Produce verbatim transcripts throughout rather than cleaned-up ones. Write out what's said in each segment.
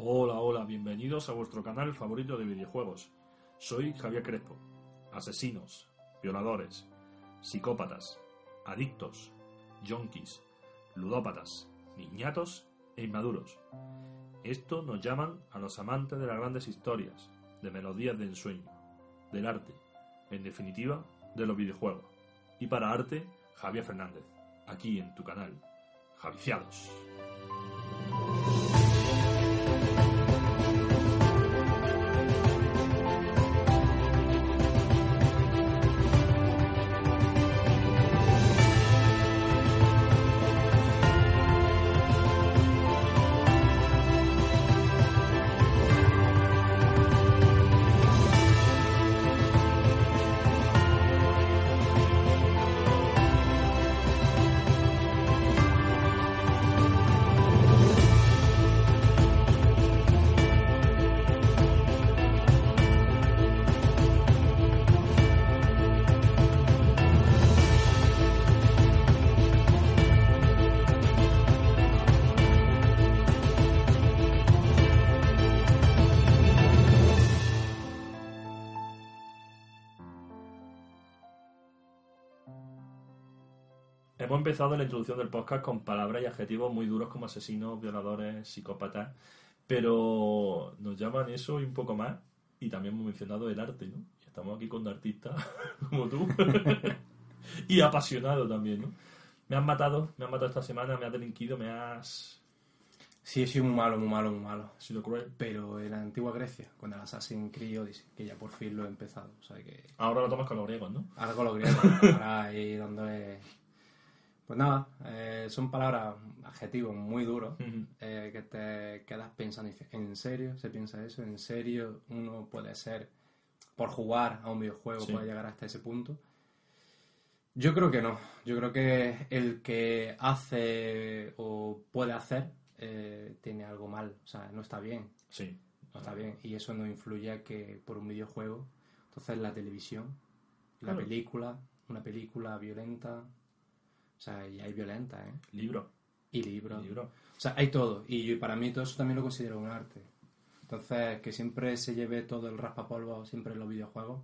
Hola, hola, bienvenidos a vuestro canal favorito de videojuegos. Soy Javier Crespo. Asesinos, violadores, psicópatas, adictos, yonkis, ludópatas, niñatos e inmaduros. Esto nos llaman a los amantes de las grandes historias, de melodías de ensueño, del arte, en definitiva, de los videojuegos. Y para arte, Javier Fernández, aquí en tu canal, Javiciados. Hemos empezado en la introducción del podcast con palabras y adjetivos muy duros como asesinos, violadores, psicópatas, pero nos llaman eso y un poco más, y también hemos mencionado el arte, ¿no? Estamos aquí con artistas como tú y apasionado también, ¿no? Me has matado, me has matado esta semana, me has delinquido, me has... Sí, he sido muy malo, muy malo, muy malo. He sido cruel. Pero en la antigua Grecia, con el Assassin's Creed Odyssey, que ya por fin lo he empezado, o sea que... Ahora lo tomas con los griegos, ¿no? Ahora con los griegos, ahora ahí dándole... Pues nada, eh, son palabras, adjetivos muy duros, uh-huh. eh, que te quedas pensando, ¿en serio se piensa eso? ¿En serio uno puede ser, por jugar a un videojuego, sí, puede llegar hasta ese punto? Yo creo que no. Yo creo que el que hace o puede hacer eh, tiene algo mal, o sea, no está bien. Sí. No está bien, y eso no influye a que por un videojuego, entonces la televisión, la claro. película, una película violenta... O sea, y hay violenta, ¿eh? Libro. Y libro. libro. O sea, hay todo. Y para mí todo eso también lo considero un arte. Entonces, que siempre se lleve todo el raspapolvo siempre en los videojuegos.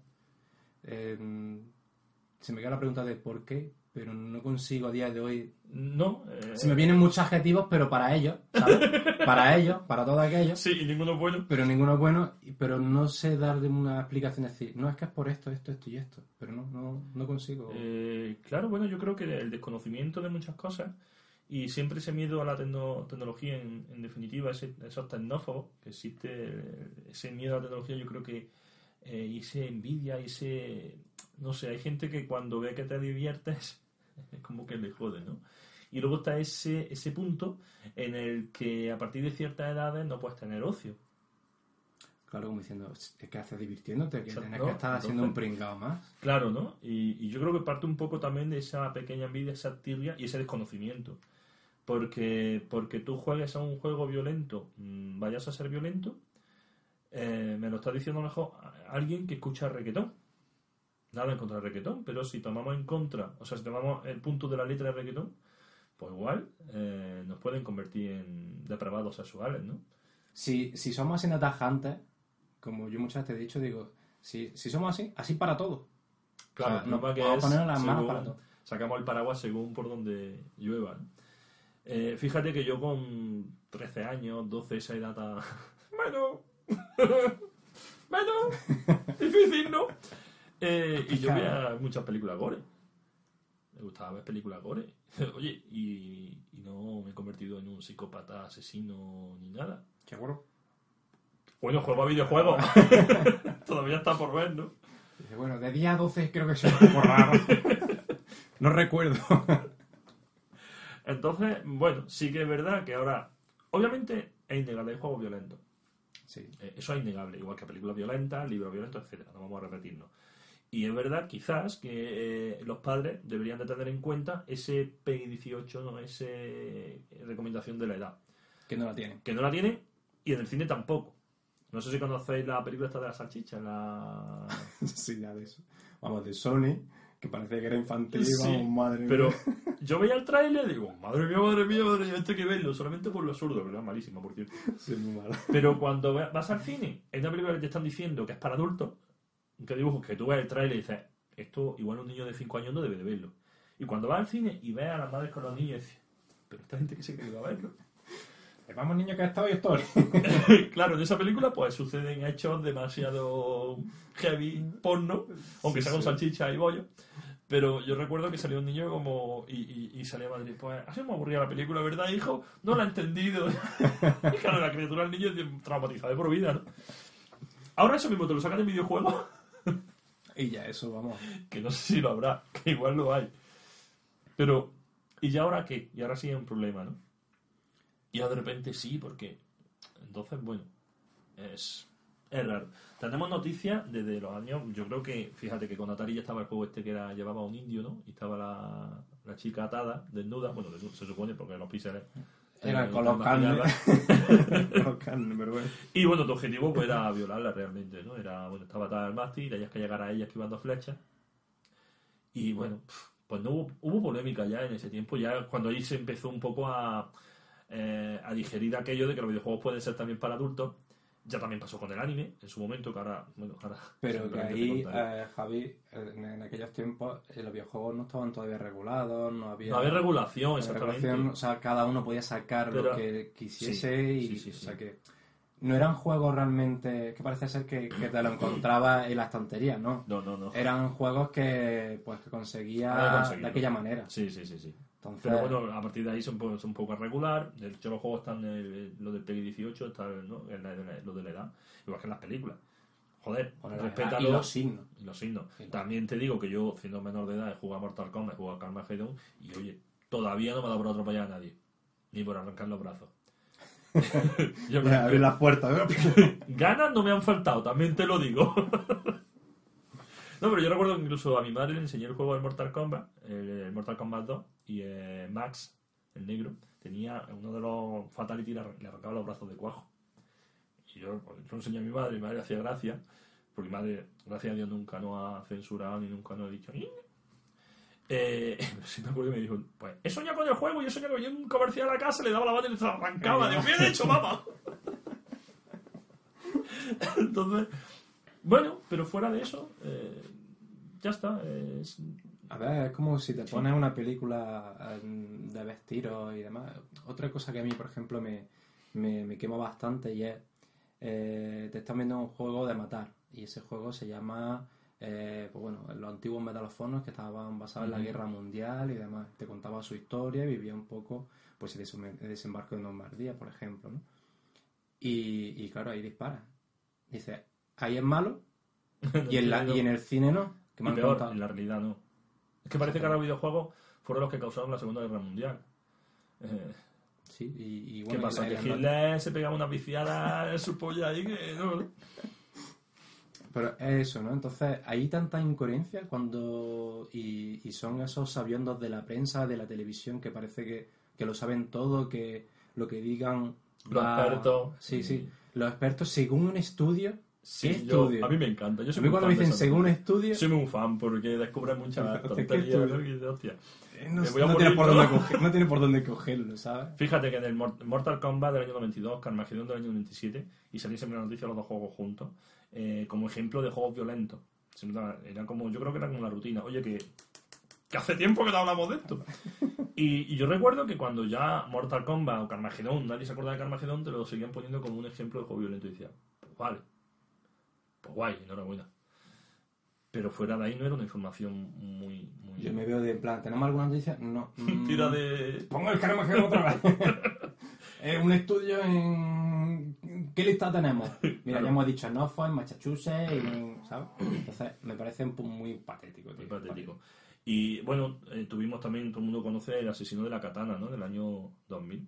Eh, se me queda la pregunta de por qué, pero no consigo a día de hoy... No. Eh... Se me vienen muchos adjetivos, pero para ellos, ¿sabes? Para ellos, para todos aquellos. Sí, y ninguno es bueno. Pero ninguno es bueno, pero no sé darle una explicación, es decir, no, es que es por esto, esto, esto y esto. Pero no, no, no consigo. Eh, claro, bueno, yo creo que el desconocimiento de muchas cosas y siempre ese miedo a la tecno- tecnología, en, en definitiva, ese, esos tecnófobos, que existe ese miedo a la tecnología, yo creo que eh, y ese envidia, y ese... No sé, hay gente que cuando ve que te diviertes, es como que le jode, ¿no? Y luego está ese, ese punto en el que a partir de ciertas edades no puedes tener ocio. Claro, como diciendo, ¿qué haces divirtiéndote? Que Exacto, tienes que estar entonces, haciendo un pringao más. Claro, ¿no? Y, y yo creo que parte un poco también de esa pequeña envidia, esa tirria y ese desconocimiento. Porque, porque tú juegues a un juego violento, mmm, vayas a ser violento, eh, me lo está diciendo a lo mejor alguien que escucha reggaetón. Nada en contra del reggaetón, pero si tomamos en contra, o sea, si tomamos el punto de la letra de reggaetón, pues igual eh, nos pueden convertir en depravados sexuales, ¿no? Si, si somos así atajantes, como yo muchas veces te he dicho, digo, si, si somos así, así para todo. Claro, o sea, no, que vamos a poner las según, manos para todo. Sacamos el paraguas según por donde llueva, ¿no? Eh, fíjate que yo con trece años, doce, esa edad tan... bueno, bueno, difícil, ¿no? Eh, y yo veía muchas películas gore. Me gustaba ver películas gore. Oye, y, y no me he convertido en un psicópata, asesino, ni nada. ¿Qué bueno? Bueno, juego a videojuegos. Todavía está por ver, ¿no? Dice, bueno, de día doce creo que soy un poco raro. No recuerdo. Entonces, bueno, sí que es verdad que ahora... Obviamente es innegable, hay juegos violentos. Sí. Eh, eso es innegable. Igual que películas violentas, libros violentos, etcétera. No vamos a repetirnos. Y es verdad, quizás, que eh, los padres deberían de tener en cuenta ese P E G I dieciocho, ¿no? Esa recomendación de la edad. Que no la tienen. Que no la tienen, y en el cine tampoco. No sé si conocéis la película esta de la salchicha, la... Sí, ya de eso. Vamos, de Sony, que parecía que era infantil, Sí, vamos, madre mía. pero yo veía el tráiler y digo, madre mía, madre mía, madre mía, esto hay que verlo, solamente por lo absurdo, ¿verdad? Malísimo, por cierto. Sí, muy malo. Pero cuando vas al cine, hay una película que te están diciendo que es para adultos, que dibujos que tú ves el tráiler y dices, esto igual un niño de cinco años no debe de verlo. Y cuando vas al cine y ves a las madres con los niños y dices, pero esta gente que se cree que va a verlo. Vamos, niño, que ha estado y estoy. Claro, en esa película pues suceden hechos demasiado heavy, porno, aunque Sí, sea con sí. salchicha y bollo. Pero yo recuerdo que salió un niño como y, y, y salía a Madrid, pues ha sido muy aburrida la película, ¿verdad, hijo? No la he entendido. Y claro, la criatura del niño es traumatizada de por vida, ¿no? Ahora eso mismo te lo sacan en videojuegos, Y ya eso, vamos. que no sé si lo habrá, que igual lo hay. Pero, ¿y ya ahora qué? Y ahora sí hay un problema, ¿no? Y ahora de repente sí, porque entonces, bueno, es, es raro. Tenemos noticias desde los años, yo creo que, fíjate que con Atari ya estaba el juego este que era llevaba a un indio, ¿no? Y estaba la, la chica atada, desnuda, bueno, desnuda, se supone, porque los píxeles... Era eh, con los carnes. imaginarla. Con los carnes, pero bueno. Y bueno, tu objetivo pues era violarla realmente, ¿no? Era, bueno, estaba atada al mástil, tenías que llegar a ella esquivando flechas. Y bueno, pues no hubo, hubo polémica ya en ese tiempo, ya cuando ahí se empezó un poco a, eh, a digerir aquello de que los videojuegos pueden ser también para adultos. Ya también pasó con el anime en su momento, que ahora, bueno, ahora Pero que simplemente ahí, te contaré. eh, Javi, en, en aquellos tiempos eh, los videojuegos no estaban todavía regulados, no había... No había regulación, no había exactamente. regulación, o sea, cada uno podía sacar Pero- lo que quisiese sí, y, sí, sí, o sí. sea, que no eran juegos realmente que parece ser que, que te lo encontrabas en la estantería, ¿no? No, no, no. Eran juegos que pues que Había conseguía conseguido. de aquella manera. Sí, sí, sí, sí. Entonces, Pero bueno, a partir de ahí son, po- son un poco regular. De hecho, los juegos están, eh, lo del P E G dieciocho, está, ¿no? En la- en la- lo de la edad. Igual que en las películas. Joder, con la respétalo. y los signos. Y los signos. Sí. También te digo que yo, siendo menor de edad, he jugado a Mortal Kombat, he jugado a Carmageddon, y oye, todavía no me ha dado por atropellar a nadie. Ni por arrancar los brazos. Yo me- Ya, abrir las puertas. Ganas no me han faltado, también te lo digo. No, pero yo recuerdo que incluso a mi madre le enseñé el juego de Mortal Kombat, el, el Mortal Kombat dos, y eh, Max, el negro, tenía uno de los Fatality, le arran- le arrancaba los brazos de cuajo. Y yo pues, lo enseñé a mi madre, y mi madre hacía gracia, porque mi madre, gracias a Dios, nunca nos ha censurado ni nunca nos ha dicho... "Ih". Eh, sí me acuerdo que me dijo, pues he soñado con el juego y he soñado que venía un comercial a la casa, le daba la banda y le arrancaba. Digo, bien hecho, mamá. Entonces, bueno, pero fuera de eso, eh, ya está. Es... A ver, es como si te pones una película eh, de vestidos y demás. Otra cosa que a mí, por ejemplo, me, me, me quema bastante y es, eh, te están viendo un juego de matar y ese juego se llama, eh, pues bueno, los antiguos Medal of Honor que estaban basados en la Ujú. guerra mundial y demás. Te contaba su historia y vivía un poco, pues el desem- el desembarco de Normandía, por ejemplo, ¿no? Y, y claro, ahí dispara. Dice, ahí es malo y en, la, y en el cine no. Que me Y han peor, contado. en la realidad no. Es que parece que ahora los videojuegos fueron los que causaron la Segunda Guerra Mundial. Eh, Sí, y, y ¿Qué bueno, pasa? y Que la- y la- Hitler se pegaba una viciada en su polla ahí que no, no. Pero es eso, ¿no? Entonces, hay tanta incoherencia cuando... Y, y son esos sabiondos de la prensa, de la televisión, que parece que, que lo saben todo, que lo que digan... Los va- expertos. Sí, sí. Los expertos, según un estudio... Sí, ¿Qué yo- estudio? a mí me encanta. Yo A soy mí muy cuando fan me de dicen esa según un película. estudio... Soy muy fan porque descubres muchas ¿Qué tonterías. estudio? ¿no? Y dices, hostia. eh, no, Me voy a no morir, tiene por ¿no? dónde coger- no tiene por dónde cogerlo, ¿sabes? Fíjate que en el Mor- Mortal Kombat del año noventa y dos, Carmageddon del año noventa y siete, y salía siempre la noticia de los dos juegos juntos, eh, como ejemplo de juegos violentos. Se nota- Era como, yo creo que era como la rutina. Oye, que, que hace tiempo que no hablamos de esto. Y, y yo recuerdo que cuando ya Mortal Kombat o Carmageddon, nadie se acordaba de Carmageddon, te lo seguían poniendo como un ejemplo de juego violento. Y decía, pues vale, pues guay, enhorabuena. Pero fuera de ahí no era una información muy... muy... Yo me veo de en plan, ¿tenemos alguna noticia? No. Mm, Tira de... Pongo el Carmageddon otra vez. Es un estudio en... ¿Qué lista tenemos? Mira, Claro. ya hemos dicho en Norfolk, en Massachusetts, y en- ¿sabes? Entonces, me parece un poco muy patético, tío. Muy patético. Y bueno, eh, tuvimos también, todo el mundo conoce el asesino de la katana, ¿no? Del año dos mil.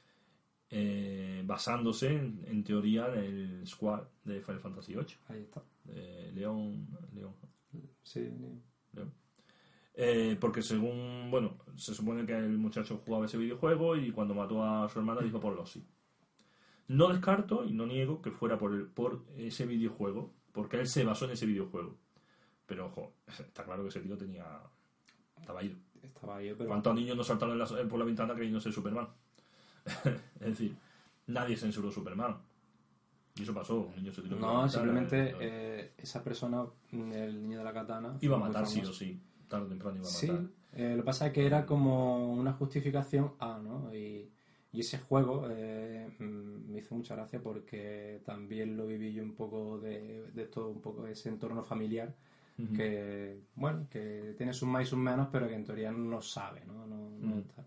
Eh, basándose en, en teoría en el squad de Final Fantasy ocho. Ahí está. De León. León. Sí. León. Eh, porque según, bueno, se supone que el muchacho jugaba ese videojuego y cuando mató a su hermana dijo por los sí. No descarto y no niego que fuera por, el, por ese videojuego, porque él se basó en ese videojuego. Pero, ojo, está claro que ese tío tenía... Estaba ido. Estaba ido, pero... ¿Cuántos niños no saltaron en la, por la ventana creyendo ser Superman? Es decir, nadie censuró Superman. Y eso pasó. Un niño se tiró por la No, ventana, simplemente eh, eh, esa persona, el niño de la katana... Iba a fue muy matar sí o famoso. sí. Tarde o temprano iba a Sí, matar. eh, lo que pasa es que era como una justificación A, ¿no? Y, y ese juego eh, me hizo mucha gracia porque también lo viví yo un poco de, de todo, un poco de ese entorno familiar Uh-huh. que, bueno, que tiene sus más y sus menos, pero que en teoría no sabe, ¿no? no, no Uh-huh. está.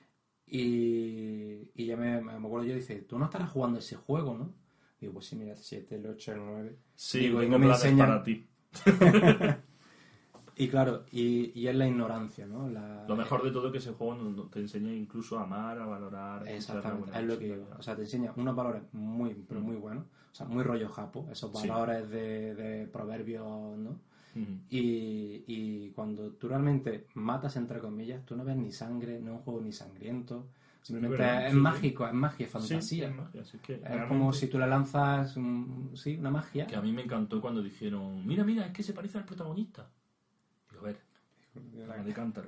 Y, y ya me, me acuerdo yo, dice, tú no estarás jugando ese juego, ¿no? Digo, pues sí, mira, el siete, el ocho, el nueve. Sí, Digo, y tengo no me planes enseñan... para ti. Y claro, y, y es la ignorancia, ¿no? La, Lo mejor de todo es que ese juego no- no- te enseña incluso a amar, a valorar, a escuchar la Exactamente, buena es lo que música. digo. O sea, te enseña unos valores muy, pero Mm. muy buenos. O sea, muy rollo japo, esos Sí. valores de, de proverbios, ¿no? Ujú. Y, y cuando tú realmente matas, entre comillas, tú no ves ni sangre, no es un juego ni sangriento. Simplemente Es verdad, es, sí, sí. mágico, es magia, es Sí, fantasía. es magia, así que Es realmente- como si tú le lanzas, un- sí, una magia. Que a mí me encantó cuando dijeron, mira, mira, es que se parece al protagonista. Digo, a ver, la de cántaro.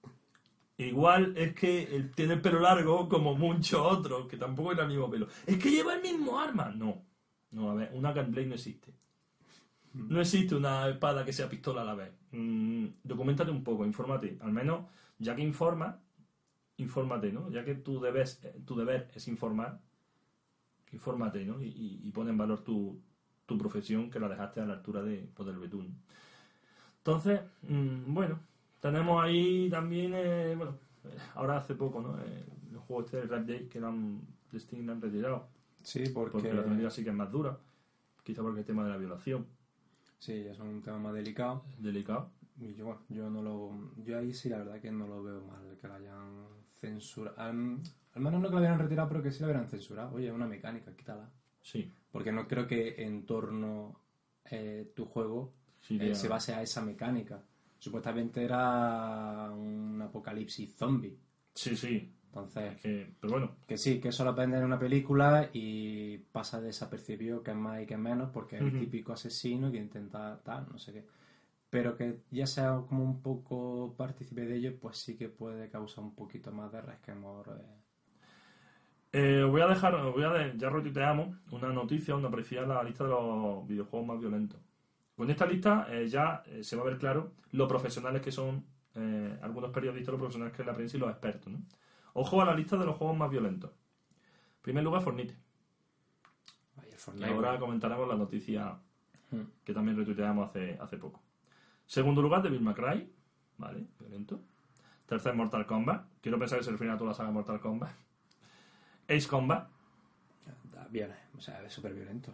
Igual es que él tiene el pelo largo como muchos otros, que tampoco era el mismo pelo. Es que lleva el mismo arma. No, no, a ver, una Gunblade no existe. No existe una espada que sea pistola a la vez. Mm, documentate un poco, infórmate. Al menos, ya que informa, infórmate, ¿no? Ya que tu, debes, tu deber es informar, infórmate, ¿no? Y, y, y pon en valor tu, tu profesión, que la dejaste a la altura de, pues, del betún. Entonces, mmm, bueno, tenemos ahí también, eh, bueno, eh, ahora hace poco, ¿no? Eh, el juego este de Red Day, que lo han, de Steam lo han retirado. Sí, porque... Porque la temática sí que es más dura. Quizá porque el tema de la violación Sí, es un tema más delicado. es delicado. Y yo, bueno, yo no lo... Yo ahí sí, la verdad que no lo veo mal, que lo hayan censurado. Al, al menos no que lo hubieran retirado, pero que sí lo hubieran censurado. Oye, una mecánica, quítala. Sí. Porque no creo que en torno eh, tu juego Sí, eh, ya. se base a esa mecánica. Supuestamente era un apocalipsis zombie. Sí, sí. Entonces, Es que, pero bueno, que sí, que eso lo venden en una película y pasa desapercibido que es más y que es menos porque es el Ujú. típico asesino que intenta tal, no sé qué. Pero que ya sea como un poco partícipe de ello, pues sí que puede causar un poquito más de resquemor. Eh. eh, os voy a dejar, os voy a de- ya retuiteamos una noticia donde aparecía la lista de los videojuegos más violentos. Con esta lista eh, ya eh, se va a ver claro lo profesionales que son eh, algunos periodistas, los profesionales que es la prensa y los expertos, ¿no? Ojo a la lista de los juegos más violentos. En primer lugar, Fortnite. Ay, el Y Fortnite, ahora bueno. comentaremos la noticia Hmm. que también retuiteamos hace, hace poco. Segundo lugar, Devil May Cry. Vale, violento. Tercer, Mortal Kombat. Quiero pensar que se refiere a toda la saga Mortal Kombat. Ace Combat. Bien, o sea, es súper violento.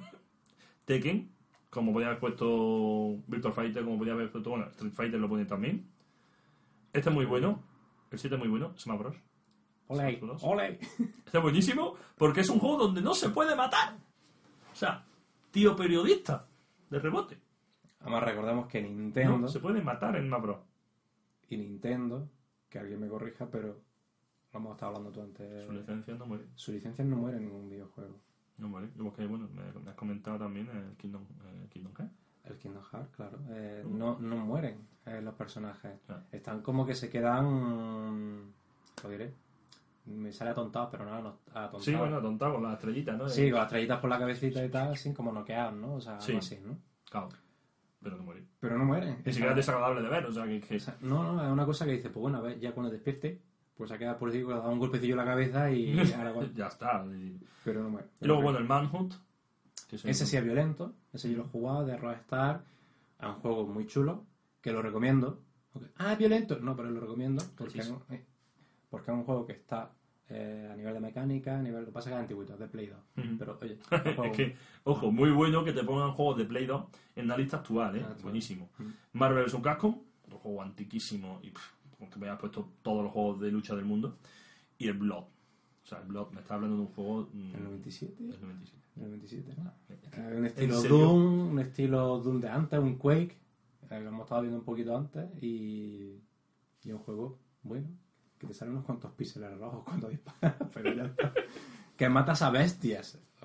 Tekken. Como podía haber puesto Virtua Fighter, como podía haber puesto... Bueno, Street Fighter lo ponen también. Este es muy bueno. El siete es muy bueno. Smash Bros. ¡Ole! Smash Bros. ¡Ole! Este es buenísimo porque es un juego donde no se puede matar. O sea, tío periodista. De rebote. Además, recordemos que Nintendo... No se puede matar en Smash Bros. Y Nintendo, que alguien me corrija, pero lo hemos estado hablando tú antes. Su licencia no muere. Su licencia no muere en ningún videojuego. No muere. Luego que, bueno, me, me has comentado también el Kingdom, eh, Kingdom Hearts. El Kingdom Hearts, claro. Eh, Mm. no, no mueren eh, los personajes. Claro. Están como que se quedan... Lo diré. Me sale atontado, pero no atontado. Sí, bueno, atontado con las estrellitas, ¿no? Sí, con las estrellitas por la cabecita y tal, así como noqueados, ¿no? O sea, Sí. algo así, ¿no? Claro. Pero no muere. Pero no mueren. Ni siquiera es desagradable de ver, o sea, que... que... O sea, no, no, es una cosa que dice, pues bueno, a ver, ya cuando despierte, pues se queda por decir, le da un golpecillo en la cabeza y ahora cuando- ya está. Y, Pero no muere. y luego, bueno, el Manhunt. Que es el- Ese sí es violento, ese yo lo he jugado, de Rockstar, es un juego muy chulo, que lo recomiendo. Ok. Ah, es violento, no, pero lo recomiendo porque, es, Preciso. un- eh, porque es un juego que está eh, a nivel de mecánica, a nivel, lo que pasa es que es antiguito, es de Play dos. Ujú. Pero oye, es un juego- Es que, ojo, muy bueno que te pongan juegos de Play dos en la lista actual, ¿eh? Ah, actual. Buenísimo. Mm. Marvel versus. Capcom, otro juego antiquísimo y pff, como que me hayas puesto todos los juegos de lucha del mundo. Y el Blood. O sea, el Blood, me está hablando de un juego... mm, ¿El noventa y siete? del noventa y siete. El noventa y siete, ¿no? Es que- Eh, un estilo ¿en serio? Doom, un estilo Doom de antes, un Quake, eh, lo hemos estado viendo un poquito antes, y, y un juego bueno, que te salen unos cuantos píxeles rojos cuando disparas, pero ya está. Que matas a bestias.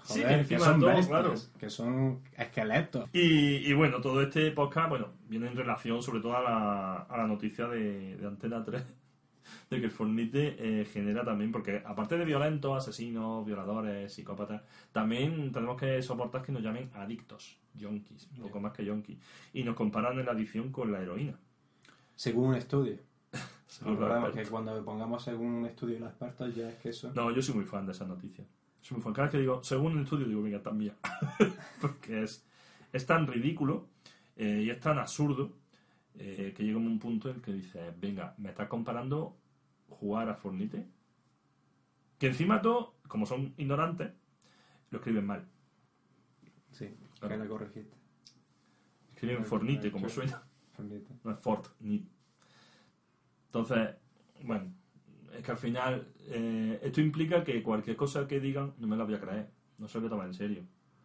Sí, Joder, encima que son de todo, bestias, claro. que son esqueletos. Y, y bueno, todo este podcast, bueno, viene en relación sobre todo a la, a la noticia de, de Antena tres de que el Fortnite eh, genera también, porque aparte de violentos, asesinos, violadores, psicópatas, también tenemos que soportar que nos llamen adictos, yonkis, un poco más que yonkis, y nos comparan en la adicción con la heroína. Según un estudio. Según los Recordemos que expertos. cuando pongamos según un estudio de los expertos ya es que eso... No, yo soy muy fan de esa noticia. Soy muy fan. Cada vez que digo, según el estudio, digo, venga, también. Porque es, es tan ridículo eh, y es tan absurdo eh, que llega un punto en el que dices, venga, me estás comparando jugar a Fortnite, que encima todo, como son ignorantes, lo escriben mal. Sí, Claro. que la corregiste. Escriben Claro, Fortnite, claro, como claro. suena. Fortnite. No es Fortnite. Entonces, bueno, es que al final eh, esto implica que cualquier cosa que digan no me la voy a creer. No se lo voy a tomar en serio.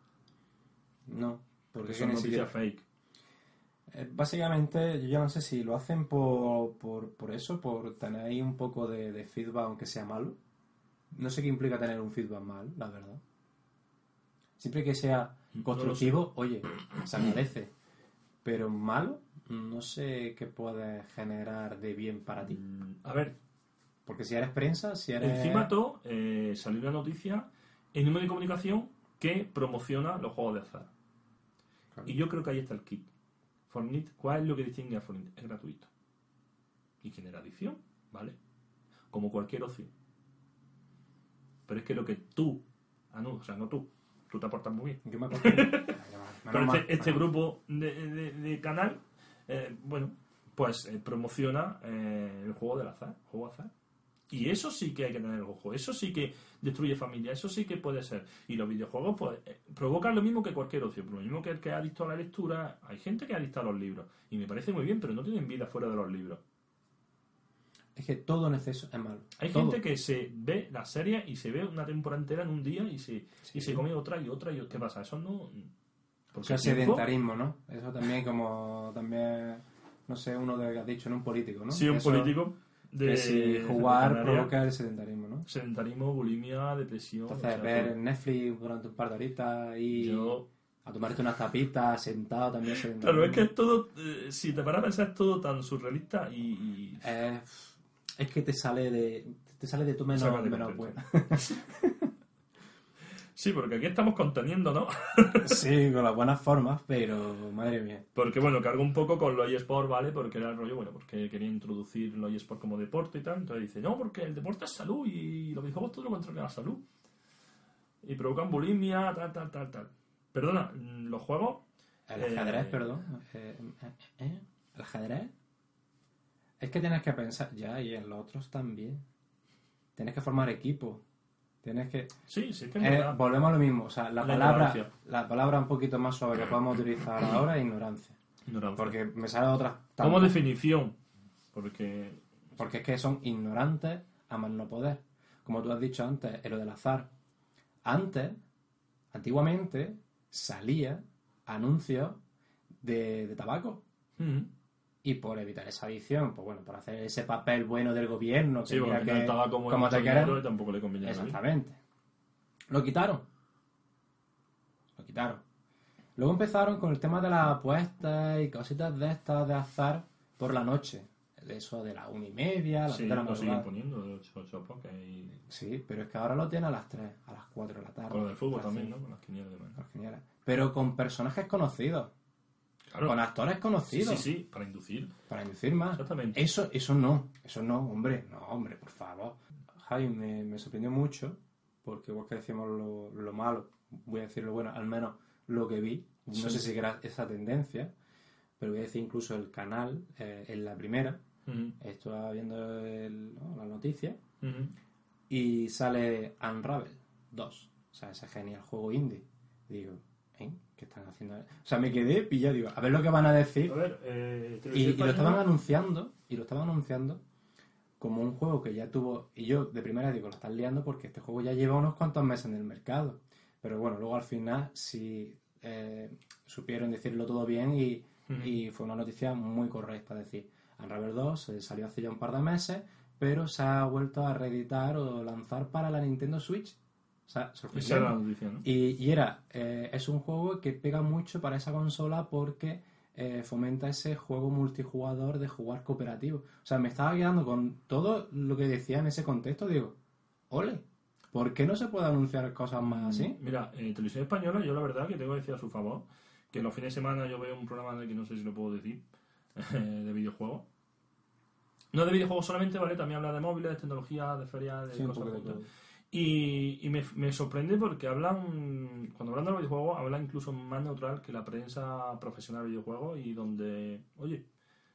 No, porque Porque es que son ni noticias siquiera... fake. Eh, Básicamente, yo ya no sé si lo hacen por, por, por eso, por tener ahí un poco de, de feedback, aunque sea malo. No sé qué implica tener un feedback mal, la verdad. Siempre que sea constructivo, oye, se agradece. Pero malo, no sé qué puede generar de bien para ti. Mm, A ver, Porque si eres prensa, si eres... encima todo, eh, salió una noticia en un medio de comunicación que promociona los juegos de azar. Claro. Y yo creo que ahí está el kit. Fortnite, ¿cuál es lo que distingue a Fortnite? Es gratuito. Y genera adicción, ¿vale? Como cualquier ocio. Pero es que lo que tú, ah, no, o sea, no tú, tú te aportas muy bien. ¿Qué me acuerdo? Menos Pero mal, este, este menos mal. grupo de, de- de canal, eh, bueno, pues eh, promociona eh, el juego del azar, juego azar. Y eso sí que hay que tener ojo, eso sí que destruye familia, eso sí que puede ser. Y los videojuegos pues eh, provocan lo mismo que cualquier ocio, lo mismo que el que es adicto a la lectura. Hay gente que es adicta a los libros, y me parece muy bien, pero no tienen vida fuera de los libros. Es que todo en exceso es malo. Hay Todo. gente que se ve la serie y se ve una temporada entera en un día y se, Sí. y se come otra y otra y otra. ¿Qué pasa? Eso no... O sea, el tiempo- sedentarismo, ¿no? Eso también como... también, no sé, uno de que has dicho, ¿no? Un político, ¿no? Sí, un Eso- político de Que si de jugar Canarias. provoca el sedentarismo, ¿no? Sedentarismo, bulimia, depresión. Entonces, o sea, ver todo. Netflix durante un par de horitas y Yo... a tomarte unas tapitas, sentado también sedentarismo. Claro, es que es todo... eh, si te paras a pensar, es todo tan surrealista y... y- Eh, es que te sale de te sale de tu menos, Saca de menos contexto. buena. Sí, porque aquí estamos conteniendo, ¿no? Sí, con las buenas formas, pero madre mía. Porque, bueno, cargo un poco con los eSports, ¿vale? Porque era el rollo, bueno, porque quería introducir los eSports como deporte y tal. Entonces dice, no, porque el deporte es salud y los videojuegos todo lo contrario a la salud. Y provocan bulimia, tal, tal, tal, tal. Perdona, los juegos... El eh, ajedrez, perdón. Eh, eh, eh, ¿El ajedrez? Es que tienes que pensar, ya, y en los otros también. Tienes que formar equipo. Tienes que... Sí, sí, que es Eh, verdad. volvemos a lo mismo. O sea, la, La palabra ignorancia. la palabra un poquito más suave que podemos utilizar ahora es ignorancia. Ignorancia. Porque me sale otra. Como definición. Porque... Porque es que son ignorantes a más no poder. Como tú has dicho antes, en lo del azar. Antes, antiguamente, salía anuncios de, de tabaco. mm, Y por evitar esa adicción, pues bueno, por hacer ese papel bueno del gobierno, que Sí, porque mira al final que estaba como, como te dinero quieran. y tampoco le convenía a nadie. Exactamente. Lo quitaron. Lo quitaron. Luego empezaron con el tema de las apuestas y cositas de estas de azar por la noche. De eso de la una y media, a las Sí, tres de la lo siguen madrugada. poniendo de ocho, ocho pocas y... Sí, pero es que ahora lo tiene a las tres, a las cuatro de la tarde. Con lo del fútbol a las también, cinco, ¿no? Con las quinielas de mano. las quinielas. Pero con personajes conocidos. Claro. Con actores Sí, conocidos. sí, sí, para inducir. Para inducir más. Exactamente. Eso, eso no, eso no, hombre, no, hombre, por favor. Javi, me, me sorprendió mucho, porque igual que decimos lo, lo malo, voy a decir lo bueno, al menos lo que vi, no Sí. sé si era esa tendencia, pero voy a decir incluso el canal, eh, en la primera, Ujú, estaba viendo el, ¿no? la noticia, ujú. y sale Unravel dos, o sea, ese genial juego indie. Digo, ¿eh? ¿Qué están haciendo? O sea, me quedé pillado, digo, a ver lo que van a decir. A ver, eh... Y, y lo estaban española. anunciando, y lo estaban anunciando como un juego que ya tuvo, y yo de primera digo, lo están liando porque este juego ya lleva unos cuantos meses en el mercado. Pero bueno, luego al final sí eh, supieron decirlo todo bien y, Ujú. y fue una noticia muy correcta. Es decir, Unravel dos eh, salió hace ya un par de meses, pero se ha vuelto a reeditar o lanzar para la Nintendo Switch. O sea, esa era la noticia, ¿no? Y, y era, eh, es un juego que pega mucho para esa consola porque eh, fomenta ese juego multijugador de jugar cooperativo. O sea, me estaba quedando con todo lo que decía en ese contexto, digo, ole, ¿por qué no se puede anunciar cosas más así? Mira, en Televisión Española yo la verdad que tengo que decir a su favor que los fines de semana yo veo un programa de que no sé si lo puedo decir, de videojuegos. No de videojuegos solamente, ¿vale? También habla de móviles, de tecnología, de ferias, de Sí, un cosas poco de juntas. todo. Y, y me, me sorprende porque hablan, cuando hablan de los videojuegos, hablan incluso más neutral que la prensa profesional de videojuegos y donde, oye,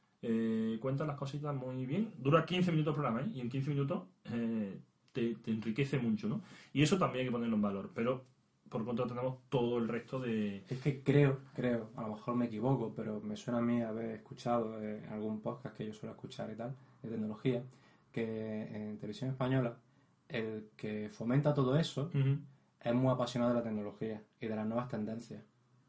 eh, cuentan las cositas muy bien. Dura quince minutos el programa, ¿eh? Y en quince minutos eh, te, te enriquece mucho, ¿no? Y eso también hay que ponerlo en valor, pero por contra tenemos todo el resto de... Es que creo, creo, a lo mejor me equivoco, pero me suena a mí haber escuchado en algún podcast que yo suelo escuchar y tal, de tecnología, que en Televisión Española el que fomenta todo eso Uh-huh. es muy apasionado de la tecnología y de las nuevas tendencias.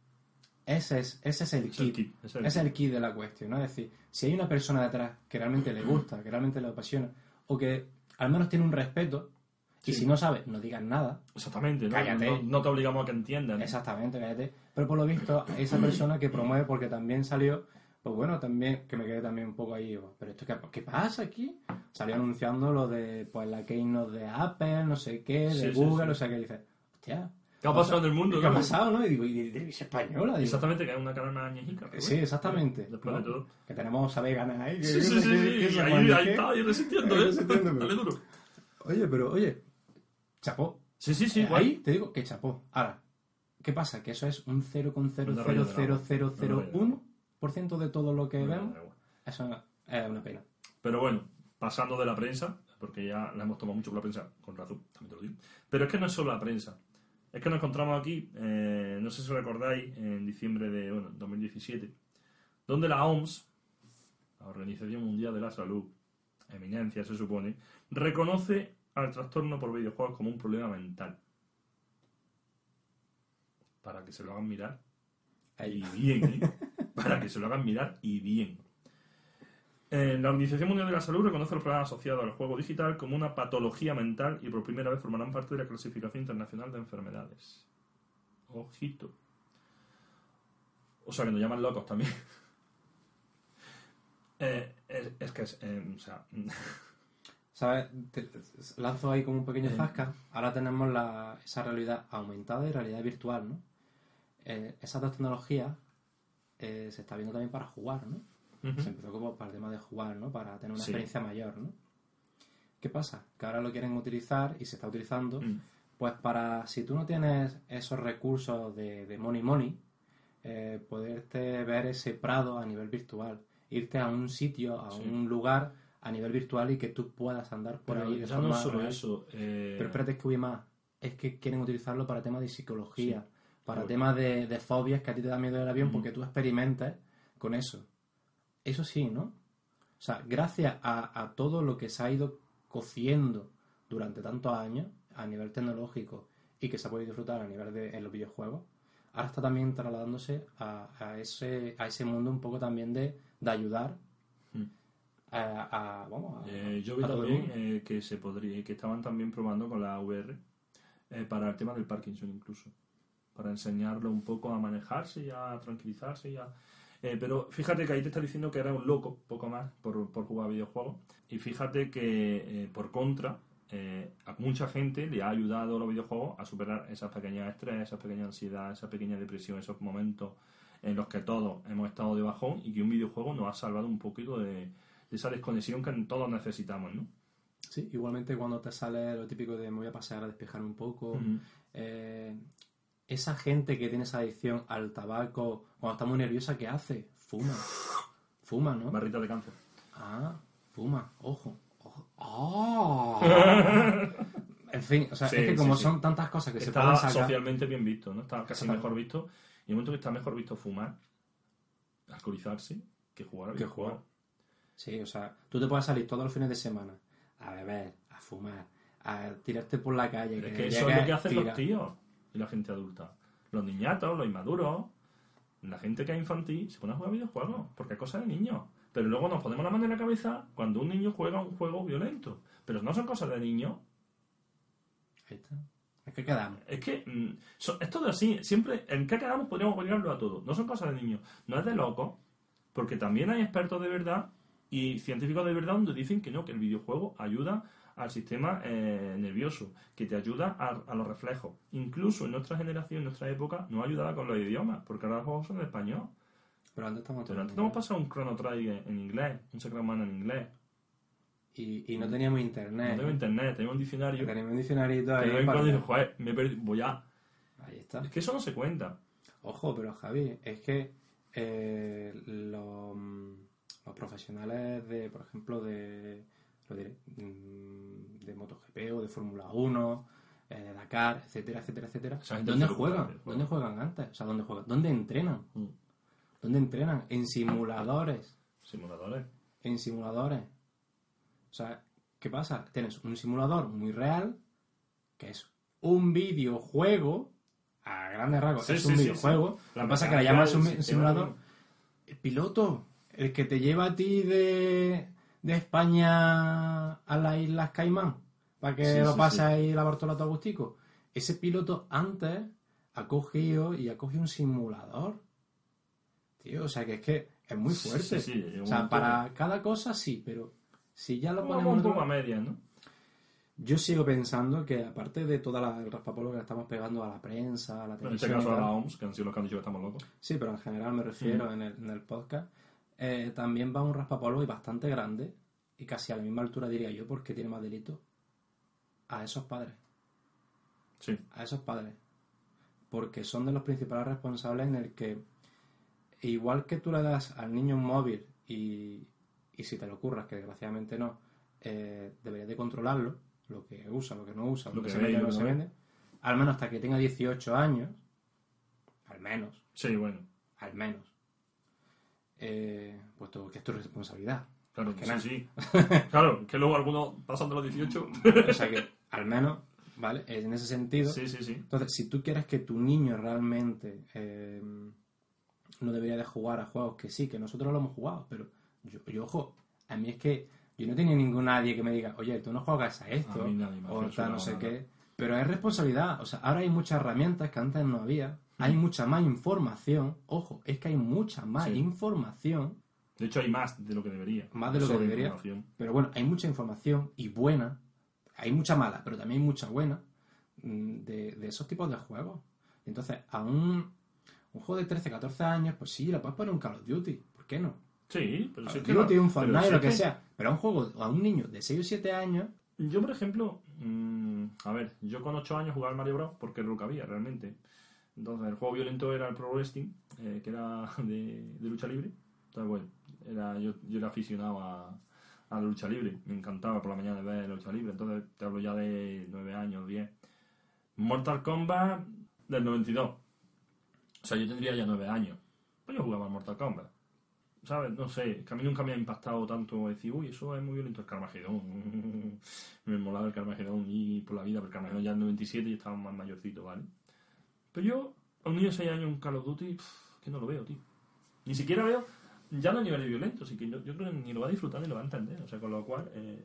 Ese es, ese es el Es el kit. kit, es el Es kit. el kit de la cuestión, ¿no? Es decir, si hay una persona detrás que realmente le gusta, que realmente le apasiona, o que al menos tiene un respeto, y Sí. si no sabes, no digas nada. Exactamente, ¿no? Cállate. No, no te obligamos a que entiendan. Exactamente, cállate. Pero por lo visto, esa persona que promueve, porque también salió, pues bueno, también, que me quedé también un poco ahí, digo, pero esto qué, ¿qué pasa aquí? Salió anunciando lo de, pues la keynote de Apple, no sé qué, de Sí, sí, Google, sí. o sea, que dices, hostia. ¿Qué ha pasado en el mundo? ¿Qué ha ¿no? pasado, no? Y digo, ¿y de televisión española? Digo, Exactamente, que es una cara más añejica. pero sí, bueno, exactamente. Después ¿no? de todo. Que tenemos a ganas ahí. que- Sí, sí, que- sí, que- sí. que se Ahí, mande, ahí ¿qué? está, ahí resistiendo, Ahí ¿eh? resistiendo, pero- Dale duro. Oye, pero oye, chapó. Sí, sí, sí. Eh, guay. ahí te digo que chapó. Ahora, ¿qué pasa? Que eso es un cero coma cero Una cero raya de cero agua. cero cero Una raya de uno por ciento de todo lo que No, vemos. da igual. Eso es una pena. Pero bueno, pasando de la prensa, porque ya la hemos tomado mucho por la prensa, con razón, también te lo digo. Pero es que no es solo la prensa. Es que nos encontramos aquí, eh, no sé si recordáis, en diciembre de bueno, dos mil diecisiete, donde la O M S, la Organización Mundial de la Salud, eminencia se supone, reconoce al trastorno por videojuegos como un problema mental. Para que se lo hagan mirar. Ahí. Y bien, ¿eh? Para que se lo hagan mirar y bien. Eh, la Organización Mundial de la Salud reconoce los problemas asociados al juego digital como una patología mental y por primera vez formarán parte de la clasificación internacional de enfermedades. Ojito. O sea, que nos llaman locos también. Eh, es, es que es... eh, o sea... ¿Sabes? Te- te- lanzo ahí como un pequeño zasca. Ahora tenemos la, esa realidad aumentada y realidad virtual, ¿no? Eh, esas dos tecnologías eh, se está viendo también para jugar, ¿no? Ujú. Se empezó como para el tema de jugar, ¿no? Para tener una Sí. experiencia mayor, ¿no? ¿Qué pasa? Que ahora lo quieren utilizar y se está utilizando, Mm. pues para, si tú no tienes esos recursos de, de money money, eh, poderte ver ese prado a nivel virtual, irte a un sitio, a Sí. un lugar a nivel virtual y que tú puedas andar por Pero ahí de ya forma no solo real. eso. eh, Pero espérate, es que huye más. Es que quieren utilizarlo para temas de psicología, Sí. para Claro. temas de, de fobias que a ti te da miedo del avión Ujú. porque tú experimentes con eso. Eso sí, ¿no? O sea, gracias a, a todo lo que se ha ido cociendo durante tantos años a nivel tecnológico y que se ha podido disfrutar a nivel de en los videojuegos, ahora está también trasladándose a, a ese a ese mundo un poco también de, de ayudar Mm. a, a- vamos a, Eh, yo vi a todo el también mundo. eh, que se podría, que estaban también probando con la V R eh, para el tema del Parkinson incluso, para enseñarlo un poco a manejarse y a tranquilizarse y a... Eh, pero fíjate que ahí te está diciendo que era un loco, poco más, por, por jugar a videojuegos. Y fíjate que, eh, por contra, eh, a mucha gente le ha ayudado los videojuegos a superar esas pequeñas estrés, esas pequeñas ansiedad, esa pequeña depresión, esos momentos en los que todos hemos estado de bajón y que un videojuego nos ha salvado un poquito de, de esa desconexión que todos necesitamos, ¿no? Sí, igualmente cuando te sale lo típico de me voy a pasear a despejarme un poco. Ujú. eh, esa gente que tiene esa adicción al tabaco, cuando está muy nerviosa, ¿qué hace? Fuma. Fuma, ¿no? Barrita de cáncer. Ah, fuma. Ojo. Ojo. ¡Ah! En fin, o sea, Sí, es que como sí, sí. son tantas cosas que se Está pueden sacar... socialmente bien visto, ¿no? Está casi Exacto. mejor visto. Y en el momento que está mejor visto fumar, alcoholizarse, que jugar a Que videojuegos. jugar. Sí, o sea, tú te puedes salir todos los fines de semana a beber, a fumar, a tirarte por la calle. Pero es que que eso es llegues, lo que hacen tira. los tíos y la gente adulta. Los niñatos, los inmaduros, la gente que es infantil, se pone a jugar videojuegos, porque es cosa de niños. Pero luego nos ponemos la mano en la cabeza cuando un niño juega un juego violento. Pero no son cosas de niños. Ahí está. ¿En qué quedamos? Es que mm, so, es todo así. Siempre, ¿en qué quedamos? Podríamos apoyarlo a todo. No son cosas de niños. No es de locos. Porque también hay expertos de verdad y científicos de verdad donde dicen que no, que el videojuego ayuda al sistema eh, nervioso, que te ayuda a, a los reflejos. Incluso en nuestra generación, en nuestra época, nos ayudaba con los idiomas, porque ahora los juegos son en español. Pero antes estamos Pero antes hemos pasado un Chrono Trigger en inglés, un Secret Man en inglés. Y, y no teníamos internet. No tengo ¿eh? internet, tengo un diccionario. Teníamos un diccionario Que ahí. de vez en para- cuando dices, joder, me he perdido, voy a... Ahí está. Es que eso no se cuenta. Ojo, pero Javi, es que eh, los, los profesionales de, por ejemplo, de lo diré, mm, de MotoGP o de Fórmula uno, eh, de Dakar, etcétera, etcétera, etcétera, Esa gente ¿dónde se preocupa juegan? del juego. ¿Dónde juegan antes? O sea, ¿dónde juegan? ¿Dónde entrenan? Mm. ¿Dónde entrenan? En simuladores. Simuladores. En simuladores. O sea, ¿qué pasa? Tienes un simulador muy real, que es un videojuego, a grandes rasgos, Sí, es sí, un sí, videojuego. sí. Lo que pasa es que La le llamas un mecánica, el simulador. sistema, El piloto, el que te lleva a ti de, de España a las Islas Caimán, para que Sí, lo sí, pases sí. ahí la Bartolata Agustico. Ese piloto antes ha cogido y ha cogido un simulador. Tío, o sea que es que es muy Sí, fuerte. sí, sí, llega un o sea, momento para cada cosa sí, pero si ya lo Vamos ponemos... un en otro- poco a medias, ¿no? Yo sigo pensando que aparte de todo el raspapolvo que le estamos pegando a la prensa, a la En este televisión... y caso a tal, la O M S, que han sido los que han dicho que estamos locos. sí, pero en general me refiero Mm. en, el, en el podcast. Eh, también va un raspapolvo y bastante grande, y casi a la misma altura diría yo, porque tiene más delito, a esos padres. Sí. A esos padres. Porque son de los principales responsables en el que, igual que tú le das al niño un móvil y, y si te lo ocurras, que desgraciadamente no, eh, deberías de controlarlo, lo que usa, lo que no usa, lo, Lo que, que se ve y vende, lo no que se no ve. vende, al menos hasta que tenga dieciocho años, al menos, Sí, bueno. al menos, eh, puesto que es tu responsabilidad. Claro, Que sí, nada. sí. Claro, que luego algunos pasan de los dieciocho. O sea que, al menos, ¿vale? En ese sentido. Sí, sí, sí. Entonces, si tú quieres que tu niño realmente eh, no debería de jugar a juegos que sí, que nosotros lo hemos jugado, pero yo, yo, ojo, a mí es que yo no tenía ningún nadie que me diga, oye, tú no juegas a esto, A mí nadie me ha o tal, censurado no sé nada. qué. Pero es responsabilidad. O sea, ahora hay muchas herramientas que antes no había. Hay mucha más información. Ojo, es que hay mucha más Sí. información. De hecho, hay más de lo que debería. Más de lo que Sobre debería. información. Pero bueno, hay mucha información y buena. Hay mucha mala, pero también hay mucha buena mm, de, de esos tipos de juegos. Y entonces, a un, un juego de trece, catorce años, pues sí, le puedes poner un Call of Duty. ¿Por qué no? Sí, pero Call sí of que Duty, no- un pero Fortnite, sí lo que que- sea. Pero a un juego, a un niño de seis o siete años, Yo, por ejemplo, mmm, a ver, yo con ocho años jugaba al Mario Bros. Porque es lo que había realmente. Entonces, el juego violento era el Pro Wrestling, eh, que era de, de lucha libre. Entonces, bueno, era, yo, yo era aficionado a, a la lucha libre. Me encantaba por la mañana ver la lucha libre. Entonces, te hablo ya de nueve años, diez. Mortal Kombat del noventa y dos. O sea, yo tendría ya nueve años. Pues yo jugaba al Mortal Kombat. ¿Sabes? No sé, que a mí nunca me ha impactado tanto decir, uy, eso es muy violento el Carmageddon. Me molaba el Carmageddon y por la vida, porque el Carmageddon ya en el noventa y siete y estaba más mayorcito, ¿vale? Pero yo, a un niño de seis años, un Call of Duty, pff, que no lo veo, tío. Ni siquiera veo, ya no a nivel de violento, así que yo, yo creo que ni lo va a disfrutar ni lo va a entender. O sea, con lo cual, eh,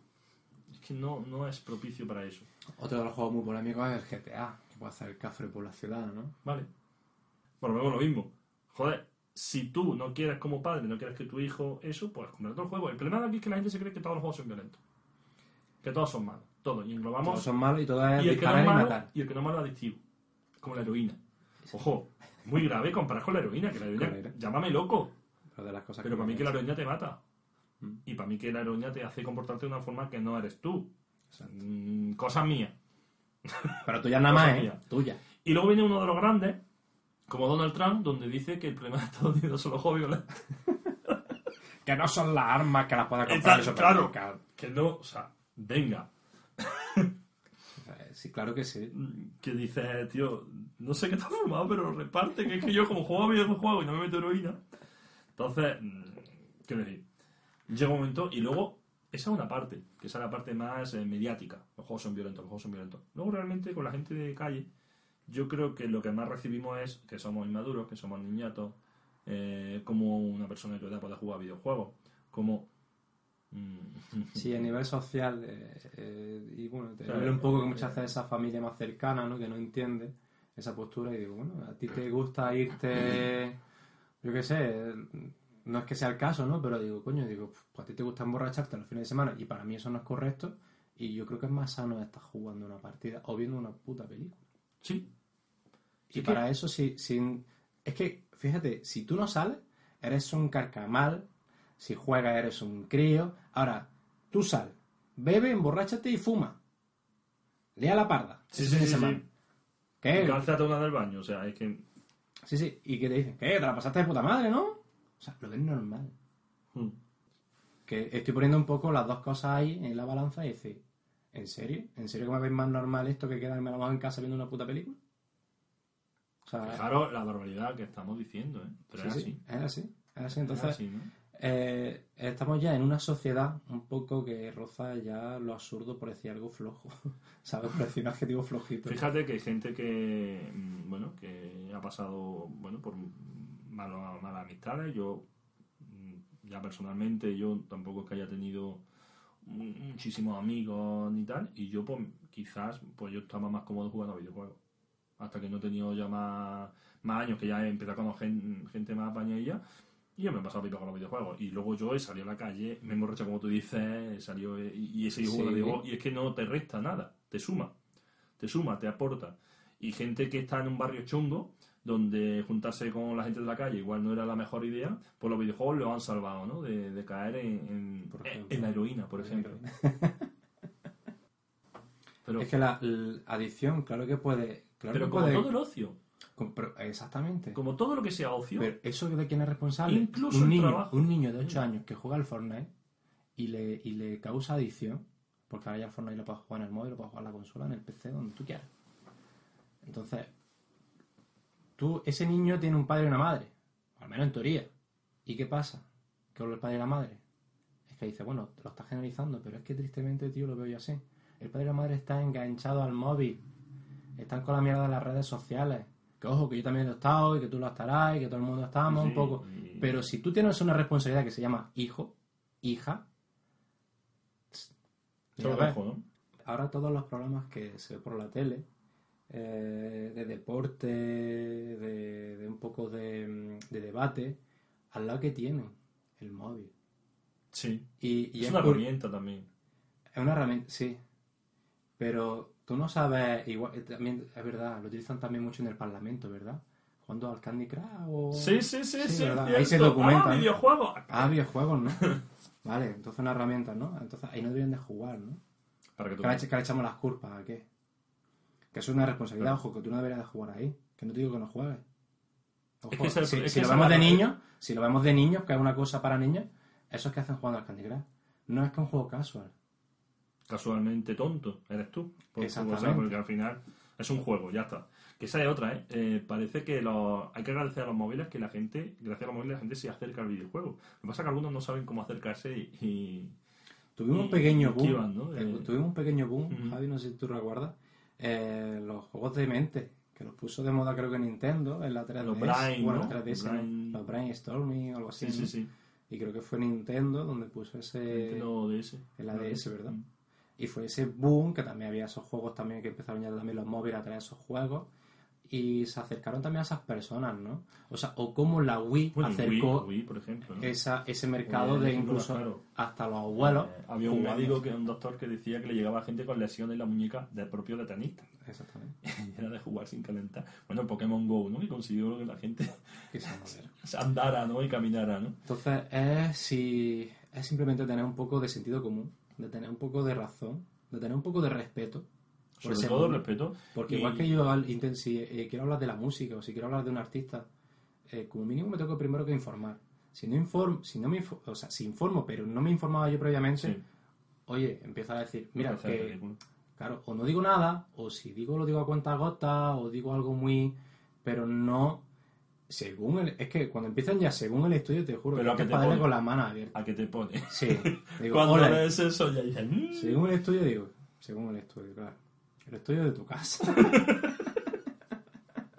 es que no, no es propicio para eso. otro de los juegos muy polémicos es el G T A, que puede hacer el cafre por la ciudad, ¿no? Vale. Volvemos a lo mismo. Joder, si tú no quieres como padre, no quieres que tu hijo eso, pues comprate el juego. El problema de aquí es que la gente se cree que todos los juegos son violentos. Que todos son malos. Todos. Y englobamos... Todos son malos y todo es y, el que no disparar es y malo, matar. y el que no es malo es adictivo. Como la heroína. Ojo, muy grave comparar con la heroína. Que la heroína, Con la heroína. llámame loco. Pero de las cosas Pero para mí que la pienso. heroína te mata. Mm. Y para mí que la heroína te hace comportarte de una forma que no eres tú. Exacto. Mm, cosa mía. Pero tuya nada Cosa más, ¿eh? mía. Tuya. Y luego viene uno de los grandes, como Donald Trump, donde dice que el problema de Estados Unidos son los juegos violentos. Que no son las armas que las pueda comprar Está- en el supermercado. Que no, o sea, venga. Eh, Sí, claro que sí. Que dice, tío, no sé qué está formado, pero lo reparte, que es que yo como juego a videojuegos y no me meto heroína. Entonces, mm, quiero decir, llega un momento y luego, esa es una parte, que esa es la parte más eh, mediática. Los juegos son violentos, los juegos son violentos. Luego realmente con la gente de calle, yo creo que lo que más recibimos es que somos inmaduros, que somos niñatos, eh, como una persona de tu edad puede jugar a videojuegos, como Sí, a nivel social, eh, eh, y bueno, te Claro, duele un poco que eh, muchas veces esa familia más cercana, ¿no? Que no entiende esa postura y digo, bueno, a ti te gusta irte, yo qué sé, no es que sea el caso, ¿no? Pero digo, coño, digo, pues a ti te gusta emborracharte los fines de semana y para mí eso no es correcto y yo creo que es más sano estar jugando una partida o viendo una puta película. Sí. Y Es para que- eso, si, si, es que, fíjate, si tú no sales, eres un carcamal, si juegas eres un crío. Ahora, tú sal, bebe, emborráchate y fuma. Lea la parda. Sí, ese sí, fin de sí, semana. sí. ¿Qué? Cálzate una del baño, o sea, es que... Sí, sí. ¿Y qué te dicen? ¿Qué? ¿Te la pasaste de puta madre, no? O sea, lo ves normal. Hmm. Que estoy poniendo un poco las dos cosas ahí en la balanza y decir, ¿en serio? ¿En serio que me veis más normal esto que quedarme a lo mejor en casa viendo una puta película? O sea, Fijaros la barbaridad que estamos diciendo, ¿eh? Pero sí, es sí, así. es así. Es así. Es Entonces, así, ¿no? eh, estamos ya en una sociedad un poco que roza ya lo absurdo por decir algo flojo. ¿Sabes? Por decir un adjetivo flojito. Fíjate que hay gente que, mm, bueno, que ha pasado, bueno, por malas malas amistades. Yo, mm, ya personalmente, yo tampoco es que haya tenido mm, muchísimos amigos ni tal. Y yo, pues, quizás, pues yo estaba más cómodo jugando a videojuegos. Hasta que no he tenido ya más, más años, que ya he empezado a conocer gente, gente más apañadilla. Y yo me he pasado pipa con los videojuegos. Y luego yo he salido a la calle, me he emborrachado como tú dices, he salido eh, y, y he seguido jugando a Sí. videojuegos. Y es que no te resta nada, te suma. Te suma, te aporta. Y gente que está en un barrio chungo, donde juntarse con la gente de la calle igual no era la mejor idea, pues los videojuegos los han salvado, ¿no? De, de caer en, en, Por ejemplo. en la heroína, por ejemplo. Pero, Es que la, la adicción, claro que puede... Claro pero que como puede, todo el ocio, com- pero- exactamente. como todo lo que sea ocio, Pero eso de quién es responsable. Incluso un el niño, trabajo. un niño de ocho años que juega al Fortnite y le, y le causa adicción, porque ahora ya el Fortnite lo puedes jugar en el móvil, lo puedes jugar en la consola, en el P C, donde tú quieras. Entonces, tú, ese niño tiene un padre y una madre, o al menos en teoría. ¿Y qué pasa? Que con el padre y la madre es que dice, bueno, lo estás generalizando, pero es que tristemente, tío, lo veo yo así. El padre y la madre están enganchados al móvil, están con la mierda de las redes sociales. Que ojo, que yo también lo he estado y que tú lo estarás y que todo el mundo estamos Sí, un poco. y- Pero si tú tienes una responsabilidad que se llama hijo, hija, solo mira, ojo, ¿no? ahora todos los programas que se ve por la tele, eh, de deporte, de, de un poco de, de debate, al lado que tienen el móvil. Sí. Y, y Es es una cur- herramienta también. Es una herramienta, sí. Pero tú no sabes, igual, eh, también es verdad, lo utilizan también mucho en el Parlamento, ¿verdad? Jugando al Candy Crush o... Sí, sí, sí, sí, ¿verdad? cierto. Ahí se documentan. Ah, videojuegos. Ah, videojuegos, ¿no? Vale, entonces una herramienta, ¿no? Entonces ahí no deberían de jugar, ¿no? Para que tú Que le, eche- que le echamos las culpas, ¿a qué? Que eso es una responsabilidad, Pero- ojo, que tú no deberías de jugar ahí. Que no te digo que no juegues. Ojo, Es que ese- si, es si que lo esa vemos es de la- niños, si lo vemos de niños, que es una cosa para niños, eso es que hacen jugando al Candy Crush. No es que es un juego casual. Casualmente tonto, eres tú. Por- Exactamente. o sea, porque al final es un juego, ya está. Que esa es otra, ¿eh? Eh, parece que los, hay que agradecer a los móviles que la gente, gracias a los móviles, la gente se acerca al videojuego. Lo que pasa es que algunos no saben cómo acercarse y... y- Tuvimos y- un pequeño y boom. esquivan, ¿no? eh, Eh, Tuvimos un pequeño boom, Ujú. Javi, no sé si tú recuerdas. eh, los juegos de mente, que los puso de moda creo que Nintendo, en la tres D S. Los Brain, bueno, ¿no? la tres D S, Los ¿no? Brain- Los Brainstorming o algo así. sí, sí, ¿no? sí. Y creo que fue Nintendo donde puso ese... Nintendo D S. en la D S, ¿verdad? Mm. Y fue ese boom, que también había esos juegos también que empezaron ya también los móviles a traer esos juegos. Y se acercaron también a esas personas, ¿no? O sea, o cómo la Wii Bueno, acercó Wii, Wii, por ejemplo, ¿no? esa, ese mercado Wii, de ejemplo más incluso claro. hasta los abuelos. Eh, había un jugando. médico, que un doctor que decía que le llegaba gente con lesiones en la muñeca del propio de tenista. Exactamente. Y era de jugar sin calentar. Bueno, Pokémon Go, ¿no? Que consiguió que la gente Que se llama. se andara, ¿no? Y caminara, ¿no? Entonces es, si, es simplemente tener un poco de sentido común, de tener un poco de razón, de tener un poco de respeto. por Sobre ese todo mundo. respeto. Porque y- igual que yo, al inten- si eh, quiero hablar de la música o si quiero hablar de un artista, eh, como mínimo me tengo primero que informar. Si no informo, si no me info- o sea, si informo, pero no me informaba yo previamente, Sí. oye, empiezo a decir, mira, Hacer que, película. claro, o no digo nada, o si digo lo digo a cuenta gota, o digo algo muy, pero no, según el, es que cuando empiezan ya según el estudio, te juro, Pero que ¿a qué es te para darle pone? con la mano abierta. ¿A qué te pone? Sí, digo, Cuando "Ole". ves eso ya dices... "Mm". Según el estudio, digo, según el estudio, claro. El estudio de tu casa.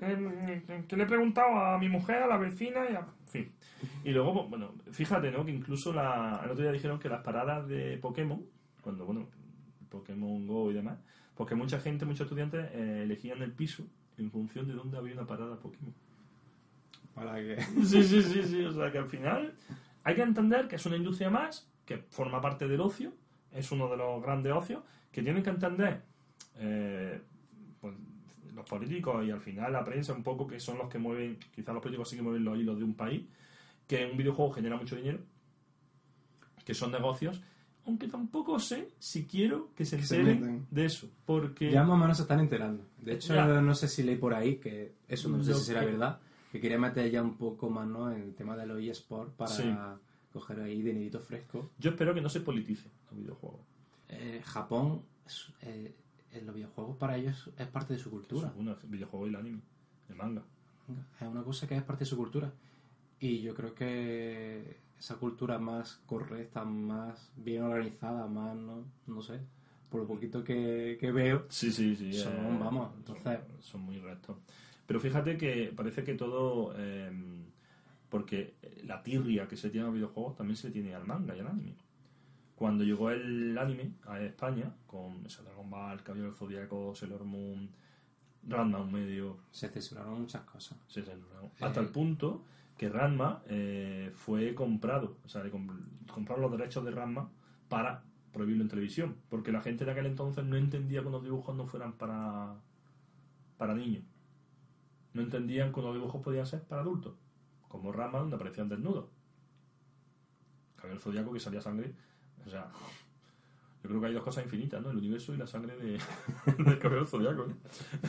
que, que le he preguntado a mi mujer, a la vecina y a... En fin. Y luego, bueno, fíjate, ¿no? Que incluso la, el otro día dijeron que las paradas de Pokémon, cuando, bueno, Pokémon Go y demás, porque mucha gente, muchos estudiantes eh, elegían el piso en función de dónde había una parada Pokémon. Para que... Sí, sí, sí, sí. O sea que al final hay que entender que es una industria más, que forma parte del ocio, es uno de los grandes ocios, que tienen que entender eh, pues, los políticos y al final la prensa un poco, que son los que mueven, quizás los políticos sí que mueven los hilos de un país, que un videojuego genera mucho dinero, que son negocios, aunque tampoco sé si quiero que se enteren de eso, porque... Ya más o menos se están enterando. De hecho, ya. no sé si leí por ahí, que eso no sé Lo si será que... verdad, que quería meter ya un poco más, ¿no?, en el tema de los eSports para sí. coger ahí dinerito fresco. Yo espero que no se politice los videojuegos. Eh, Japón, es, eh, los videojuegos para ellos es parte de su cultura. Es un videojuego y el anime, el manga. Es una cosa que es parte de su cultura. Y yo creo que esa cultura más correcta, más bien organizada, más, no, no sé, por lo poquito que, que veo, sí, sí, sí, son, eh, vamos, entonces... Son, son muy rectos. Pero fíjate que parece que todo... Eh, porque la tirria que se tiene a los videojuegos también se tiene al manga y al anime. Cuando llegó el anime a España, con ese Dragon Ball, Caballero del Zodíaco, Sailor Moon, Ranma un medio... Se censuraron muchas cosas. Se censuraron. Eh... Hasta el punto que Ranma eh, fue comprado. O sea, le comp compraron los derechos de Ranma para prohibirlo en televisión. Porque la gente de aquel entonces no entendía que los dibujos no fueran para, para niños. No entendían que los dibujos podían ser para adultos. Como Ranma, donde aparecían desnudos. Caballero del Zodíaco, que salía sangre. O sea, yo creo que hay dos cosas infinitas, ¿no? El universo y la sangre de, del Caballero del Zodíaco, ¿eh?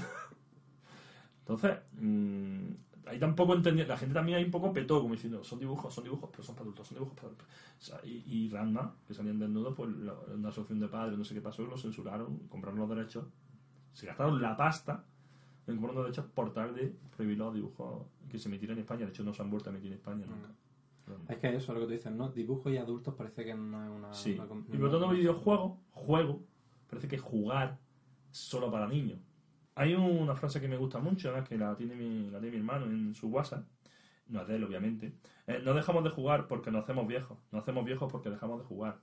Entonces, mmm, ahí tampoco entendía. La gente también ahí un poco petó, como diciendo, son dibujos, son dibujos, pero son para adultos, son dibujos para adultos. O sea, y, y Ranma, que salían desnudos, pues la, una asociación de padres, no sé qué pasó, lo censuraron, compraron los derechos, se gastaron la pasta en comprar los derechos por tal de prohibir los dibujos que se emitieran en España. De hecho, no se han vuelto a emitir en España nunca. Mm. Es que eso, lo que tú dices, ¿no? Dibujos y adultos parece que no es una... Sí. una, una y por todo videojuego, juego, parece que jugar solo para niños. Hay una frase que me gusta mucho, ¿no? Que la tiene, mi, la tiene mi hermano en su WhatsApp. No es de él, obviamente. Eh, no dejamos de jugar porque nos hacemos viejos. Nos hacemos viejos porque dejamos de jugar.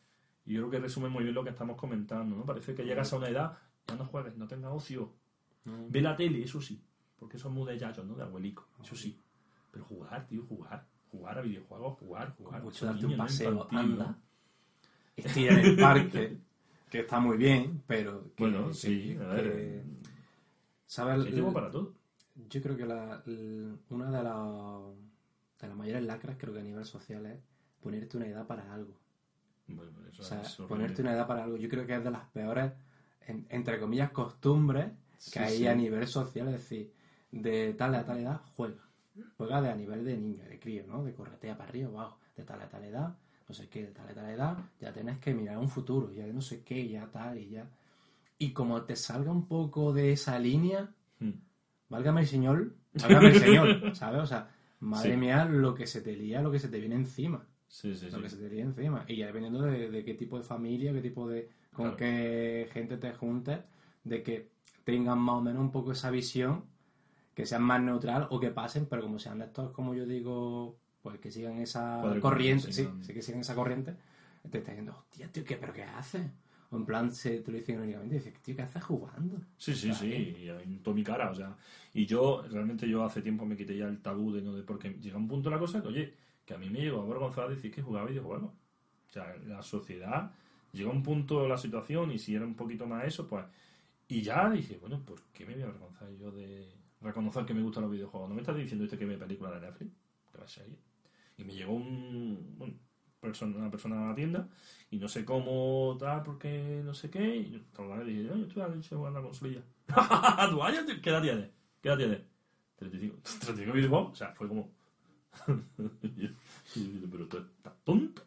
Y yo creo que resume muy bien lo que estamos comentando, ¿no? Parece que llegas a una edad, ya no juegues, no tengas ocio. Mm. Ve la tele, eso sí. Porque eso es muy de yayos, ¿no? De abuelico, eso sí. Pero jugar, tío, jugar. Jugar a videojuegos, jugar, jugar. Mucho darte un niño, paseo, no infantil, anda. ¿no? Estira en el parque, que está muy bien, pero... Que, bueno, que, sí, que, a ver... Que, ¿sabes? Hay tiempo para todo. Yo creo que la, la, una de, la, de las mayores lacras, creo que a nivel social, es ponerte una edad para algo. Bueno, eso o sea, es ponerte una edad para algo. Yo creo que es de las peores, en, entre comillas, costumbres que sí, hay sí. a nivel social. Es decir, de tal a tal edad, juega. Juega de a nivel de niño, de crío, ¿no? De corretea para arriba, abajo. De tal a tal edad, no sé qué, de tal a tal edad, ya tienes que mirar un futuro, ya de no sé qué, ya tal y ya... Y como te salga un poco de esa línea, hmm. válgame el señor, válgame el señor, ¿sabes? O sea, madre sí. mía, lo que se te lía, lo que se te viene encima. Sí, sí, lo sí. que se te lía encima. Y ya dependiendo de, de qué tipo de familia, qué tipo de... con claro. qué gente te juntes, de que tengan más o menos un poco esa visión, que sean más neutral o que pasen, pero como sean de estos, como yo digo, pues que sigan esa Padre corriente, sí, sí, que sigan esa corriente, te está diciendo, hostia, tío, ¿qué, ¿pero qué haces? O en plan, se te lo dicen irónicamente, y dices, tío, ¿qué haces jugando? Sí, sí, sí, y en toda mi cara, o sea, y yo, realmente yo hace tiempo me quité ya el tabú de no de, porque llega un punto la cosa que, oye, que a mí me llegó a avergonzar decir que jugaba videojuegos. O sea, la sociedad, llegó a un punto la situación, y si era un poquito más eso, pues, y ya dije, bueno, ¿por qué me voy a avergonzar yo de reconocer que me gustan los videojuegos? ¿No me estás diciendo este que ve película de Netflix? Que va a ser. Y me llegó un, bueno, persona, una persona a la tienda y no sé cómo tal, porque no sé qué, y yo le dije, yo estoy jugando a la consolilla. ¿Tu año? ¿Qué edad tienes? ¿Qué edad tienes? treinta y cinco. ¿treinta y cinco videojuegos? O sea, fue como... y yo, pero tú estás tonto.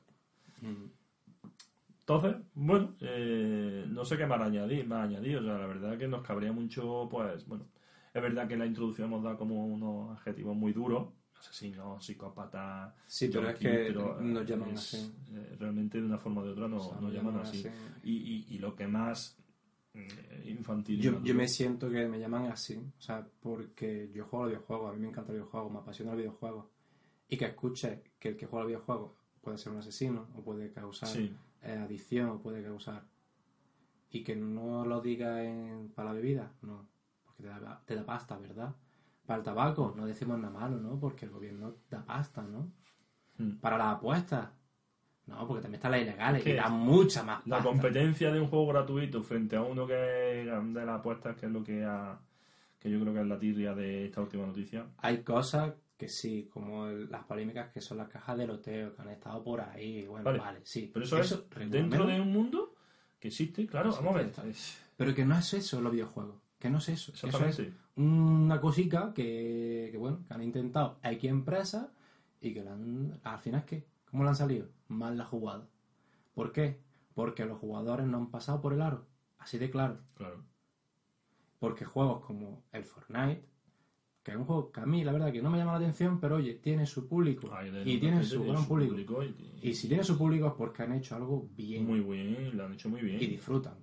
Entonces, bueno, eh, no sé qué más añadir, más añadir, o sea, la verdad que nos cabría mucho, pues, bueno, es verdad que en la introducción hemos dado como unos adjetivos muy duros, asesinos, psicópatas... Sí, pero es que pero nos llaman es, así. Eh, realmente de una forma o de otra no, o sea, nos llaman así. así. Y, y, y lo que más eh, infantil. Yo, yo me siento que me llaman así, o sea, porque yo juego a los videojuegos, a mí me encanta el videojuego, me apasiona el videojuego. Y que escuche que el que juega al videojuego puede ser un asesino, o puede causar Sí. eh, adicción, o puede causar... Y que no lo diga en, para la bebida, no, porque te da, te da pasta, ¿verdad? Para el tabaco, no decimos nada malo, ¿no? Porque el gobierno da pasta, ¿no? Mm. Para las apuestas, no, porque también están las ilegales, Es que y dan mucha más pasta. La competencia de un juego gratuito frente a uno que es de las apuestas, que es lo que ha, que yo creo que es la tirria de esta última noticia. Hay cosas que sí, como el- las polémicas que son las cajas de loteo, que han estado por ahí, bueno, vale, Vale, sí. Pero eso, es dentro de un mundo que existe, claro, Existe, vamos a ver. está. Es- Pero que no es eso los videojuegos, que no es eso. Eso es Exactamente. una cosica que, que, bueno, que han intentado X empresas y que la han, al final, ¿qué? ¿Cómo le han salido? Mal la jugada. ¿Por qué? Porque los jugadores no han pasado por el aro, así de claro. Claro. Porque juegos como el Fortnite, que es un juego que a mí la verdad que no me llama la atención, pero oye, tiene su público Ahí de- y de- tiene de- su de- gran su público. público y- Y si tiene su público es porque han hecho algo bien Muy bien, lo han hecho muy bien. y disfrutan.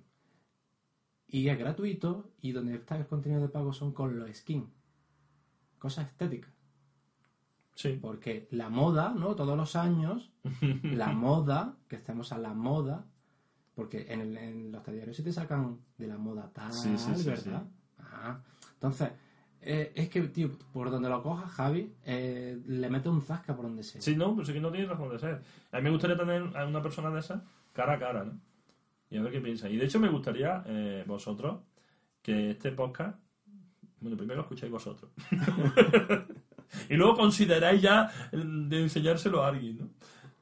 Y es gratuito y donde está el contenido de pago son con los skins. Cosas estéticas. Sí. Porque la moda, ¿no? Todos los años, la moda, que estemos a la moda, porque en, el- en los talleres sí te sacan de la moda tal, Sí, sí, sí, ¿verdad? Ah, entonces, eh, es que, tío, por donde lo cojas, Javi, eh, le mete un zasca por donde sea. Sí, no, pues sí que no tiene razón de ser. A mí me gustaría tener a una persona de esas cara a cara, ¿no? Y a ver qué piensa. Y de hecho me gustaría, eh, vosotros, que este podcast, bueno, primero lo escucháis vosotros. Y luego consideráis ya de enseñárselo a alguien, ¿no?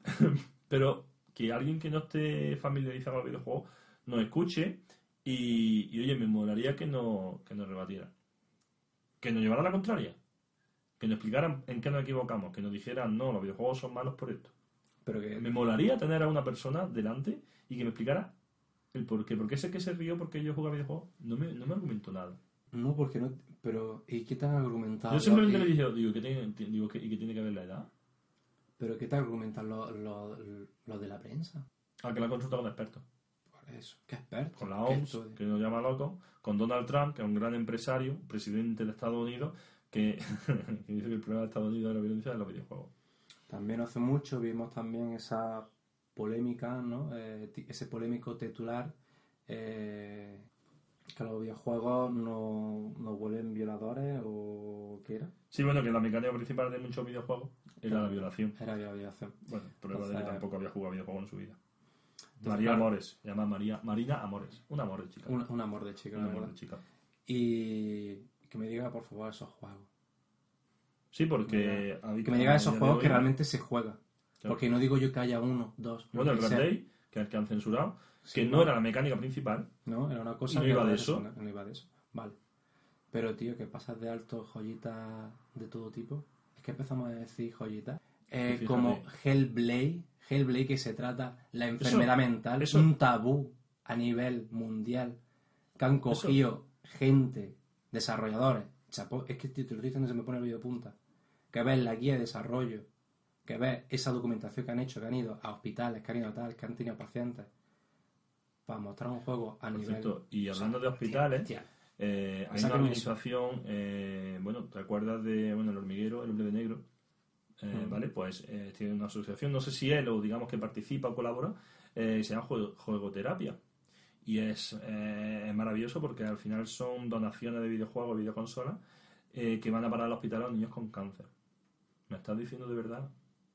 Pero que alguien que no esté familiarizado con los videojuegos nos escuche y, y oye, me molaría que nos, que nos rebatiera. Que nos llevara a la contraria. Que nos explicaran en qué nos equivocamos. Que nos dijeran, no, los videojuegos son malos por esto. Pero que Me molaría tener a una persona delante y que me explicara el por qué. Porque ese que se rió porque yo jugaba videojuegos no me, no me argumentó nada. no, porque no. Pero, ¿y qué te han argumentado? Yo simplemente Y- le dije, digo, que tiene, digo que, y que tiene que ver la edad. ¿Pero qué te argumentan los lo, lo de la prensa? A que la consulta con expertos. Por eso. ¿Qué experto? Con la ¿Qué O M S, estudio? que nos llama loco, con Donald Trump, que es un gran empresario, presidente de Estados Unidos, que, que dice que el problema de Estados Unidos es la violencia de los videojuegos. También hace mucho vimos también esa polémica, ¿no? Eh, ti- ese polémico titular eh, que los videojuegos no, no vuelven violadores o ¿qué era? Sí, bueno, que la mecánica principal de muchos videojuegos era la violación. Era violación. Bueno, prueba de que Entonces- tampoco había jugado videojuegos en su vida. Entonces, María claro, Amores, se llama María, Marina Amores. Un amor de chica. Un, un amor de chica, Un la amor verdad. de chica. Y que me diga, por favor, esos juegos. Sí, porque... Que me diga esos juegos que realmente realmente se juegan. Claro. Porque no digo yo que haya uno, dos, lo Bueno, el que Red sea. Day, que es el que han censurado, Sí, que no no. era la mecánica principal. No, era una cosa ¿Y no que iba era de eso? No, no iba de eso. Vale. Pero, tío, que pasas de alto joyitas de todo tipo. Es que empezamos a decir joyitas. Eh, Fíjate. como Hellblade. Hellblade, que se trata la enfermedad mental. Es eso. un tabú a nivel mundial. Que han cogido gente, desarrolladores. Chapo, es que tío, te lo estoy diciendo, se me pone el vídeo de punta. Que ves la guía de desarrollo. Que ves esa documentación que han hecho, que han ido a hospitales, que han ido a tal, que han tenido pacientes. Para mostrar un juego a Por nivel... cierto, y hablando o sea, de hospitales, hostia, eh, hay Sácame una eso. organización, eh, bueno, ¿te acuerdas de bueno, el hormiguero, el hombre de negro? Eh, Mm. Vale, pues eh, tiene una asociación, no sé si él o digamos que participa o colabora, eh, se llama Juego- Juegoterapia. Y es, eh, es maravilloso porque al final son donaciones de videojuegos, videoconsolas, eh, que van a parar al hospital a los niños con cáncer. ¿Me estás diciendo de verdad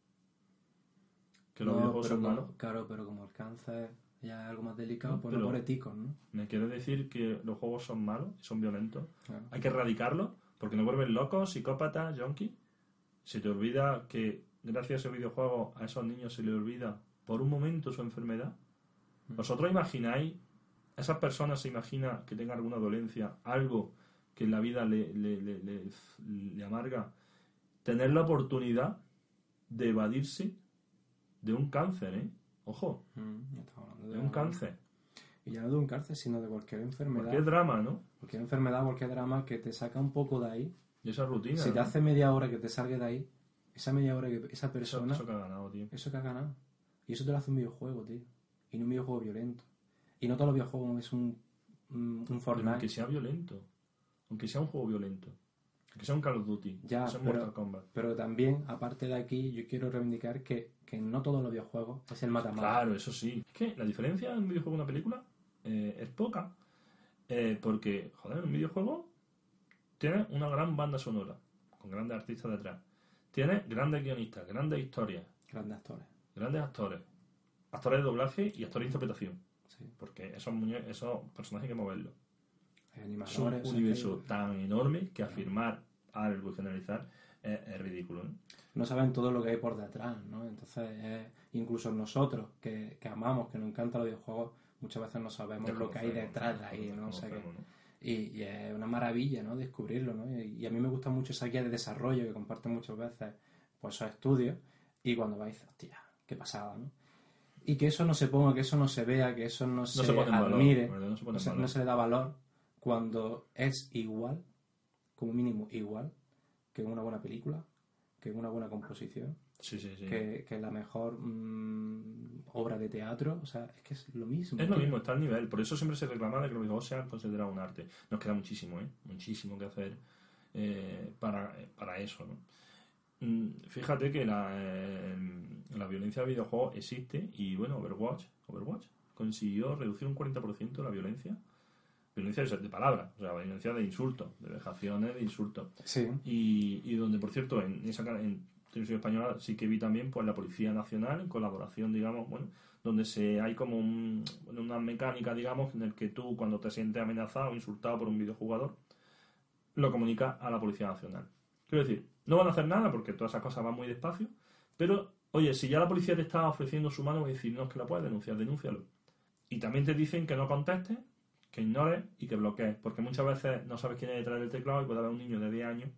que los No, videojuegos pero son como- malos? Claro, pero como el cáncer ya es algo más delicado, No, pues pero- no por éticos, ¿no? ¿Me quieres decir que los juegos son malos y son violentos? Claro. Hay que erradicarlos porque nos vuelven locos, psicópatas, junkies. Se te olvida que gracias a ese videojuego a esos niños se les olvida por un momento su enfermedad. ¿Vosotros imagináis, esas personas se imaginan que tengan alguna dolencia, algo que en la vida le, le, le, le- le amarga, tener la oportunidad de evadirse de un cáncer, ¿eh? Ojo, Mm, ya estamos hablando de un cáncer. Y ya no de un cáncer, sino de cualquier enfermedad. Qué drama, ¿no? Cualquier enfermedad, cualquier drama que te saca un poco de ahí. Y esa rutina. Si te ¿no? hace media hora que te salga de ahí, esa media hora que esa Eso, persona, eso que ha ganado, tío. eso que ha ganado. Y eso te lo hace un videojuego, tío. Y no un videojuego violento. Y no todos los videojuegos es un un, un Fortnite. Aunque sea violento. Aunque sea un juego violento. Aunque sea un Call of Duty. Ya, sea un pero, Mortal Kombat. pero también, aparte de aquí, yo quiero reivindicar que, que no todos los videojuegos es el mata-mata. Claro, eso sí. Es que la diferencia en un videojuego y una película eh, es poca. Eh, porque, joder, un videojuego tiene una gran banda sonora. Con grandes artistas detrás. Tiene grandes guionistas, grandes historias. Grandes actores. Grandes actores. Actores de doblaje y actores de interpretación. Sí. Porque esos, muñe- esos personajes hay que moverlos. Hay Es un animadores. o sea, universo que tan enorme que afirmar algo y generalizar es, es ridículo, ¿no? no saben todo lo que hay por detrás, ¿no? Entonces, eh, incluso nosotros, que, que amamos, que nos encantan los videojuegos, muchas veces no sabemos lo que hay detrás de ahí, ¿no? O sea que, y, y es una maravilla, ¿no? Descubrirlo, ¿no? Y, y a mí me gusta mucho esa guía de desarrollo que comparten muchas veces pues esos estudios, y cuando vais, hostia, qué pasada, ¿no? Y que eso no se ponga, que eso no se vea, que eso no, No se, se pone en valor, admire, ¿verdad? No se pone no en se, valor. no se le da valor cuando es igual, como mínimo igual, que en una buena película, que en una buena composición, Sí, sí, sí. que, que la mejor mmm, obra de teatro. O sea, es que es lo mismo. Es lo tío. mismo, está al nivel. Por eso siempre se reclama de que los videojuegos sean considerados un arte. Nos queda muchísimo, ¿eh? Muchísimo que hacer eh, para, para eso, ¿no? Mm, Fíjate que la, eh, la violencia de videojuegos existe y, bueno, Overwatch, Overwatch consiguió reducir un cuarenta por ciento la violencia. Violencia de palabras, o sea, violencia de insultos, de vejaciones, de insultos. Sí. Y, y donde, por cierto, en esa en televisión española sí que vi también pues la Policía Nacional en colaboración, digamos, bueno, donde se hay como un, una mecánica, digamos, en el que tú, cuando te sientes amenazado o insultado por un videojugador, lo comunicas a la Policía Nacional. Quiero decir, no van a hacer nada porque todas esas cosas van muy despacio, pero, oye, si ya la policía te está ofreciendo su mano, voy a decir, no, es que la puedes denunciar, denúncialo. Y también te dicen que no contestes, que ignores y que bloquees, porque muchas veces no sabes quién hay detrás del teclado y puede haber un niño de diez años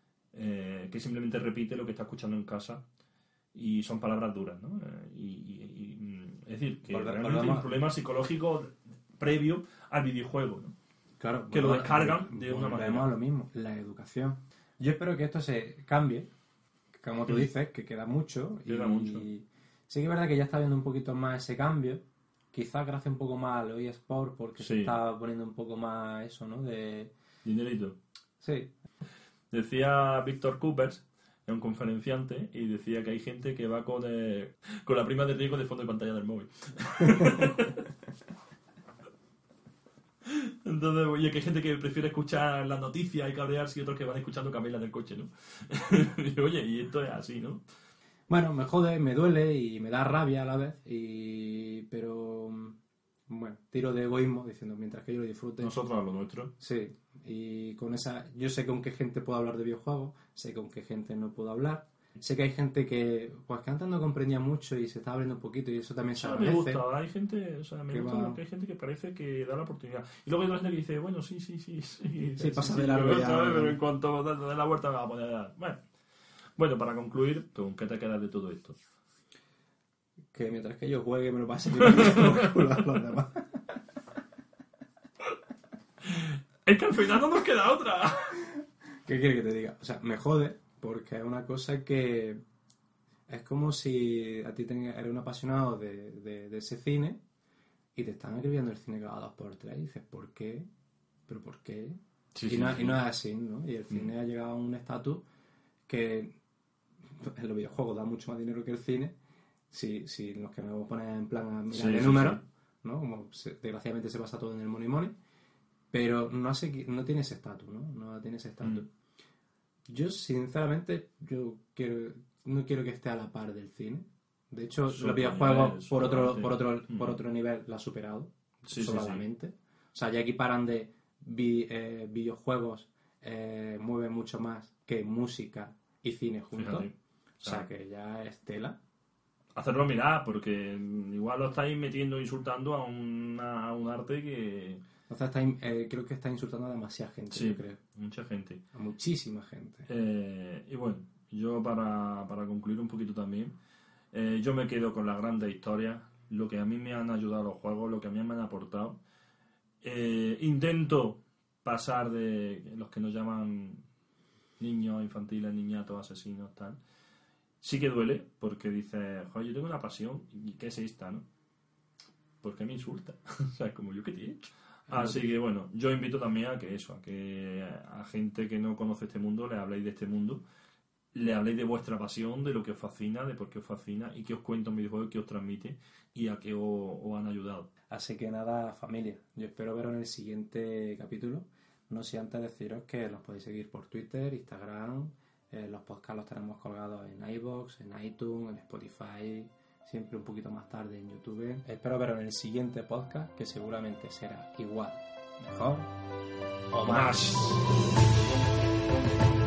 eh, que simplemente repite lo que está escuchando en casa y son palabras duras, ¿no? Eh, y, y, y, es decir, que Volve- realmente hay un volvemos- problema psicológico previo al videojuego, ¿no? Claro, Que lo volvemos- descargan de una volvemos manera. a lo mismo, la educación. Yo espero que esto se cambie, como tú Sí. dices, que queda mucho. Queda y mucho. sí que es verdad que ya está viendo un poquito más ese cambio. Quizás gracias un poco más al eSport, porque se Sí. está poniendo un poco más eso, ¿no? De... Dinerito. Sí, Decía Víctor Coopers, un conferenciante, y decía que hay gente que va con, eh, con la prima de riesgo de fondo de pantalla del móvil. Entonces, oye, que hay gente que prefiere escuchar las noticias y cabrearse y otros que van escuchando Camila en el coche, ¿no? Y, oye, y esto es así, ¿no? bueno, me jode, me duele y me da rabia a la vez, y pero bueno, tiro de egoísmo diciendo mientras que yo lo disfrute. Nosotros a lo nuestro. Sí, y con esa, yo sé con qué gente puedo hablar de videojuegos, sé con qué gente no puedo hablar, sé que hay gente que pues que antes no comprendía mucho y se está abriendo un poquito, y eso también se Eso me agradece. gusta, hay gente, o sea, me Que gusta va- porque hay gente que parece que da la oportunidad. Y luego hay otra gente que dice, bueno, sí, sí, sí, sí. Sí, pasa de largo pero, ya. ¿sabes? Pero en cuanto te dé la vuelta me va a poner a... Bueno. Bueno, para concluir, ¿con qué te quedas de todo esto? Que mientras que yo juegue me lo pase bien con los demás. Es que al final no nos queda otra. ¿Qué quiere que te diga? O sea, me jode porque es una cosa que es como si a ti te- eres un apasionado de, de, de ese cine y te están escribiendo el cine cada dos por tres y dices, ¿por qué? ¿Pero por qué? Sí, y, sí, no, sí. y no es así, ¿no? Y el cine ha llegado a un estatus que en los videojuegos da mucho más dinero que el cine si, si nos queremos poner en plan a mirar Sí, de sí, números, sí. ¿no? Como se- desgraciadamente se basa todo en el money money, pero no, hace, no tiene ese estatus, ¿no? No tiene ese estatus. Mm. Yo, sinceramente, yo quiero, no quiero que esté a la par del cine. De hecho, Su los nivel, videojuegos, su por otro, arte. por otro, Mm. por otro nivel, la ha superado. Sí, sí, sobradamente. O sea, ya equiparan de vi- eh, videojuegos, eh, mueven mucho más que música y cine juntos. Fíjate. O sea, que ya es tela. Hacerlo mirar, porque igual lo estáis metiendo, insultando a, una, a un arte que... Entonces, está, in- eh, creo que está insultando a demasiada gente, Sí, yo creo. mucha gente. A muchísima gente. Eh, y bueno, yo para, para concluir un poquito también, eh, yo me quedo con las grandes historias, lo que a mí me han ayudado los juegos, lo que a mí me han aportado. Eh, intento pasar de los que nos llaman niños infantiles, niñatos, asesinos, tal. Sí que duele, porque dices, joder, yo tengo una pasión, ¿y qué es esta, no? ¿Por qué me insulta? O sea, como yo que te he hecho. Así que bueno, yo invito también a que eso, a que a gente que no conoce este mundo le habléis de este mundo, le habléis de vuestra pasión, de lo que os fascina, de por qué os fascina y qué os cuenta un videojuego, qué os transmite y a qué os, os han ayudado. Así que nada, familia, yo espero veros en el siguiente capítulo. No sé antes deciros que los podéis seguir por Twitter, Instagram, eh, los podcasts los tenemos colgados en iVoox, en iTunes, en Spotify, siempre un poquito más tarde en YouTube. Espero veros en el siguiente podcast, que seguramente será igual, mejor o más. más.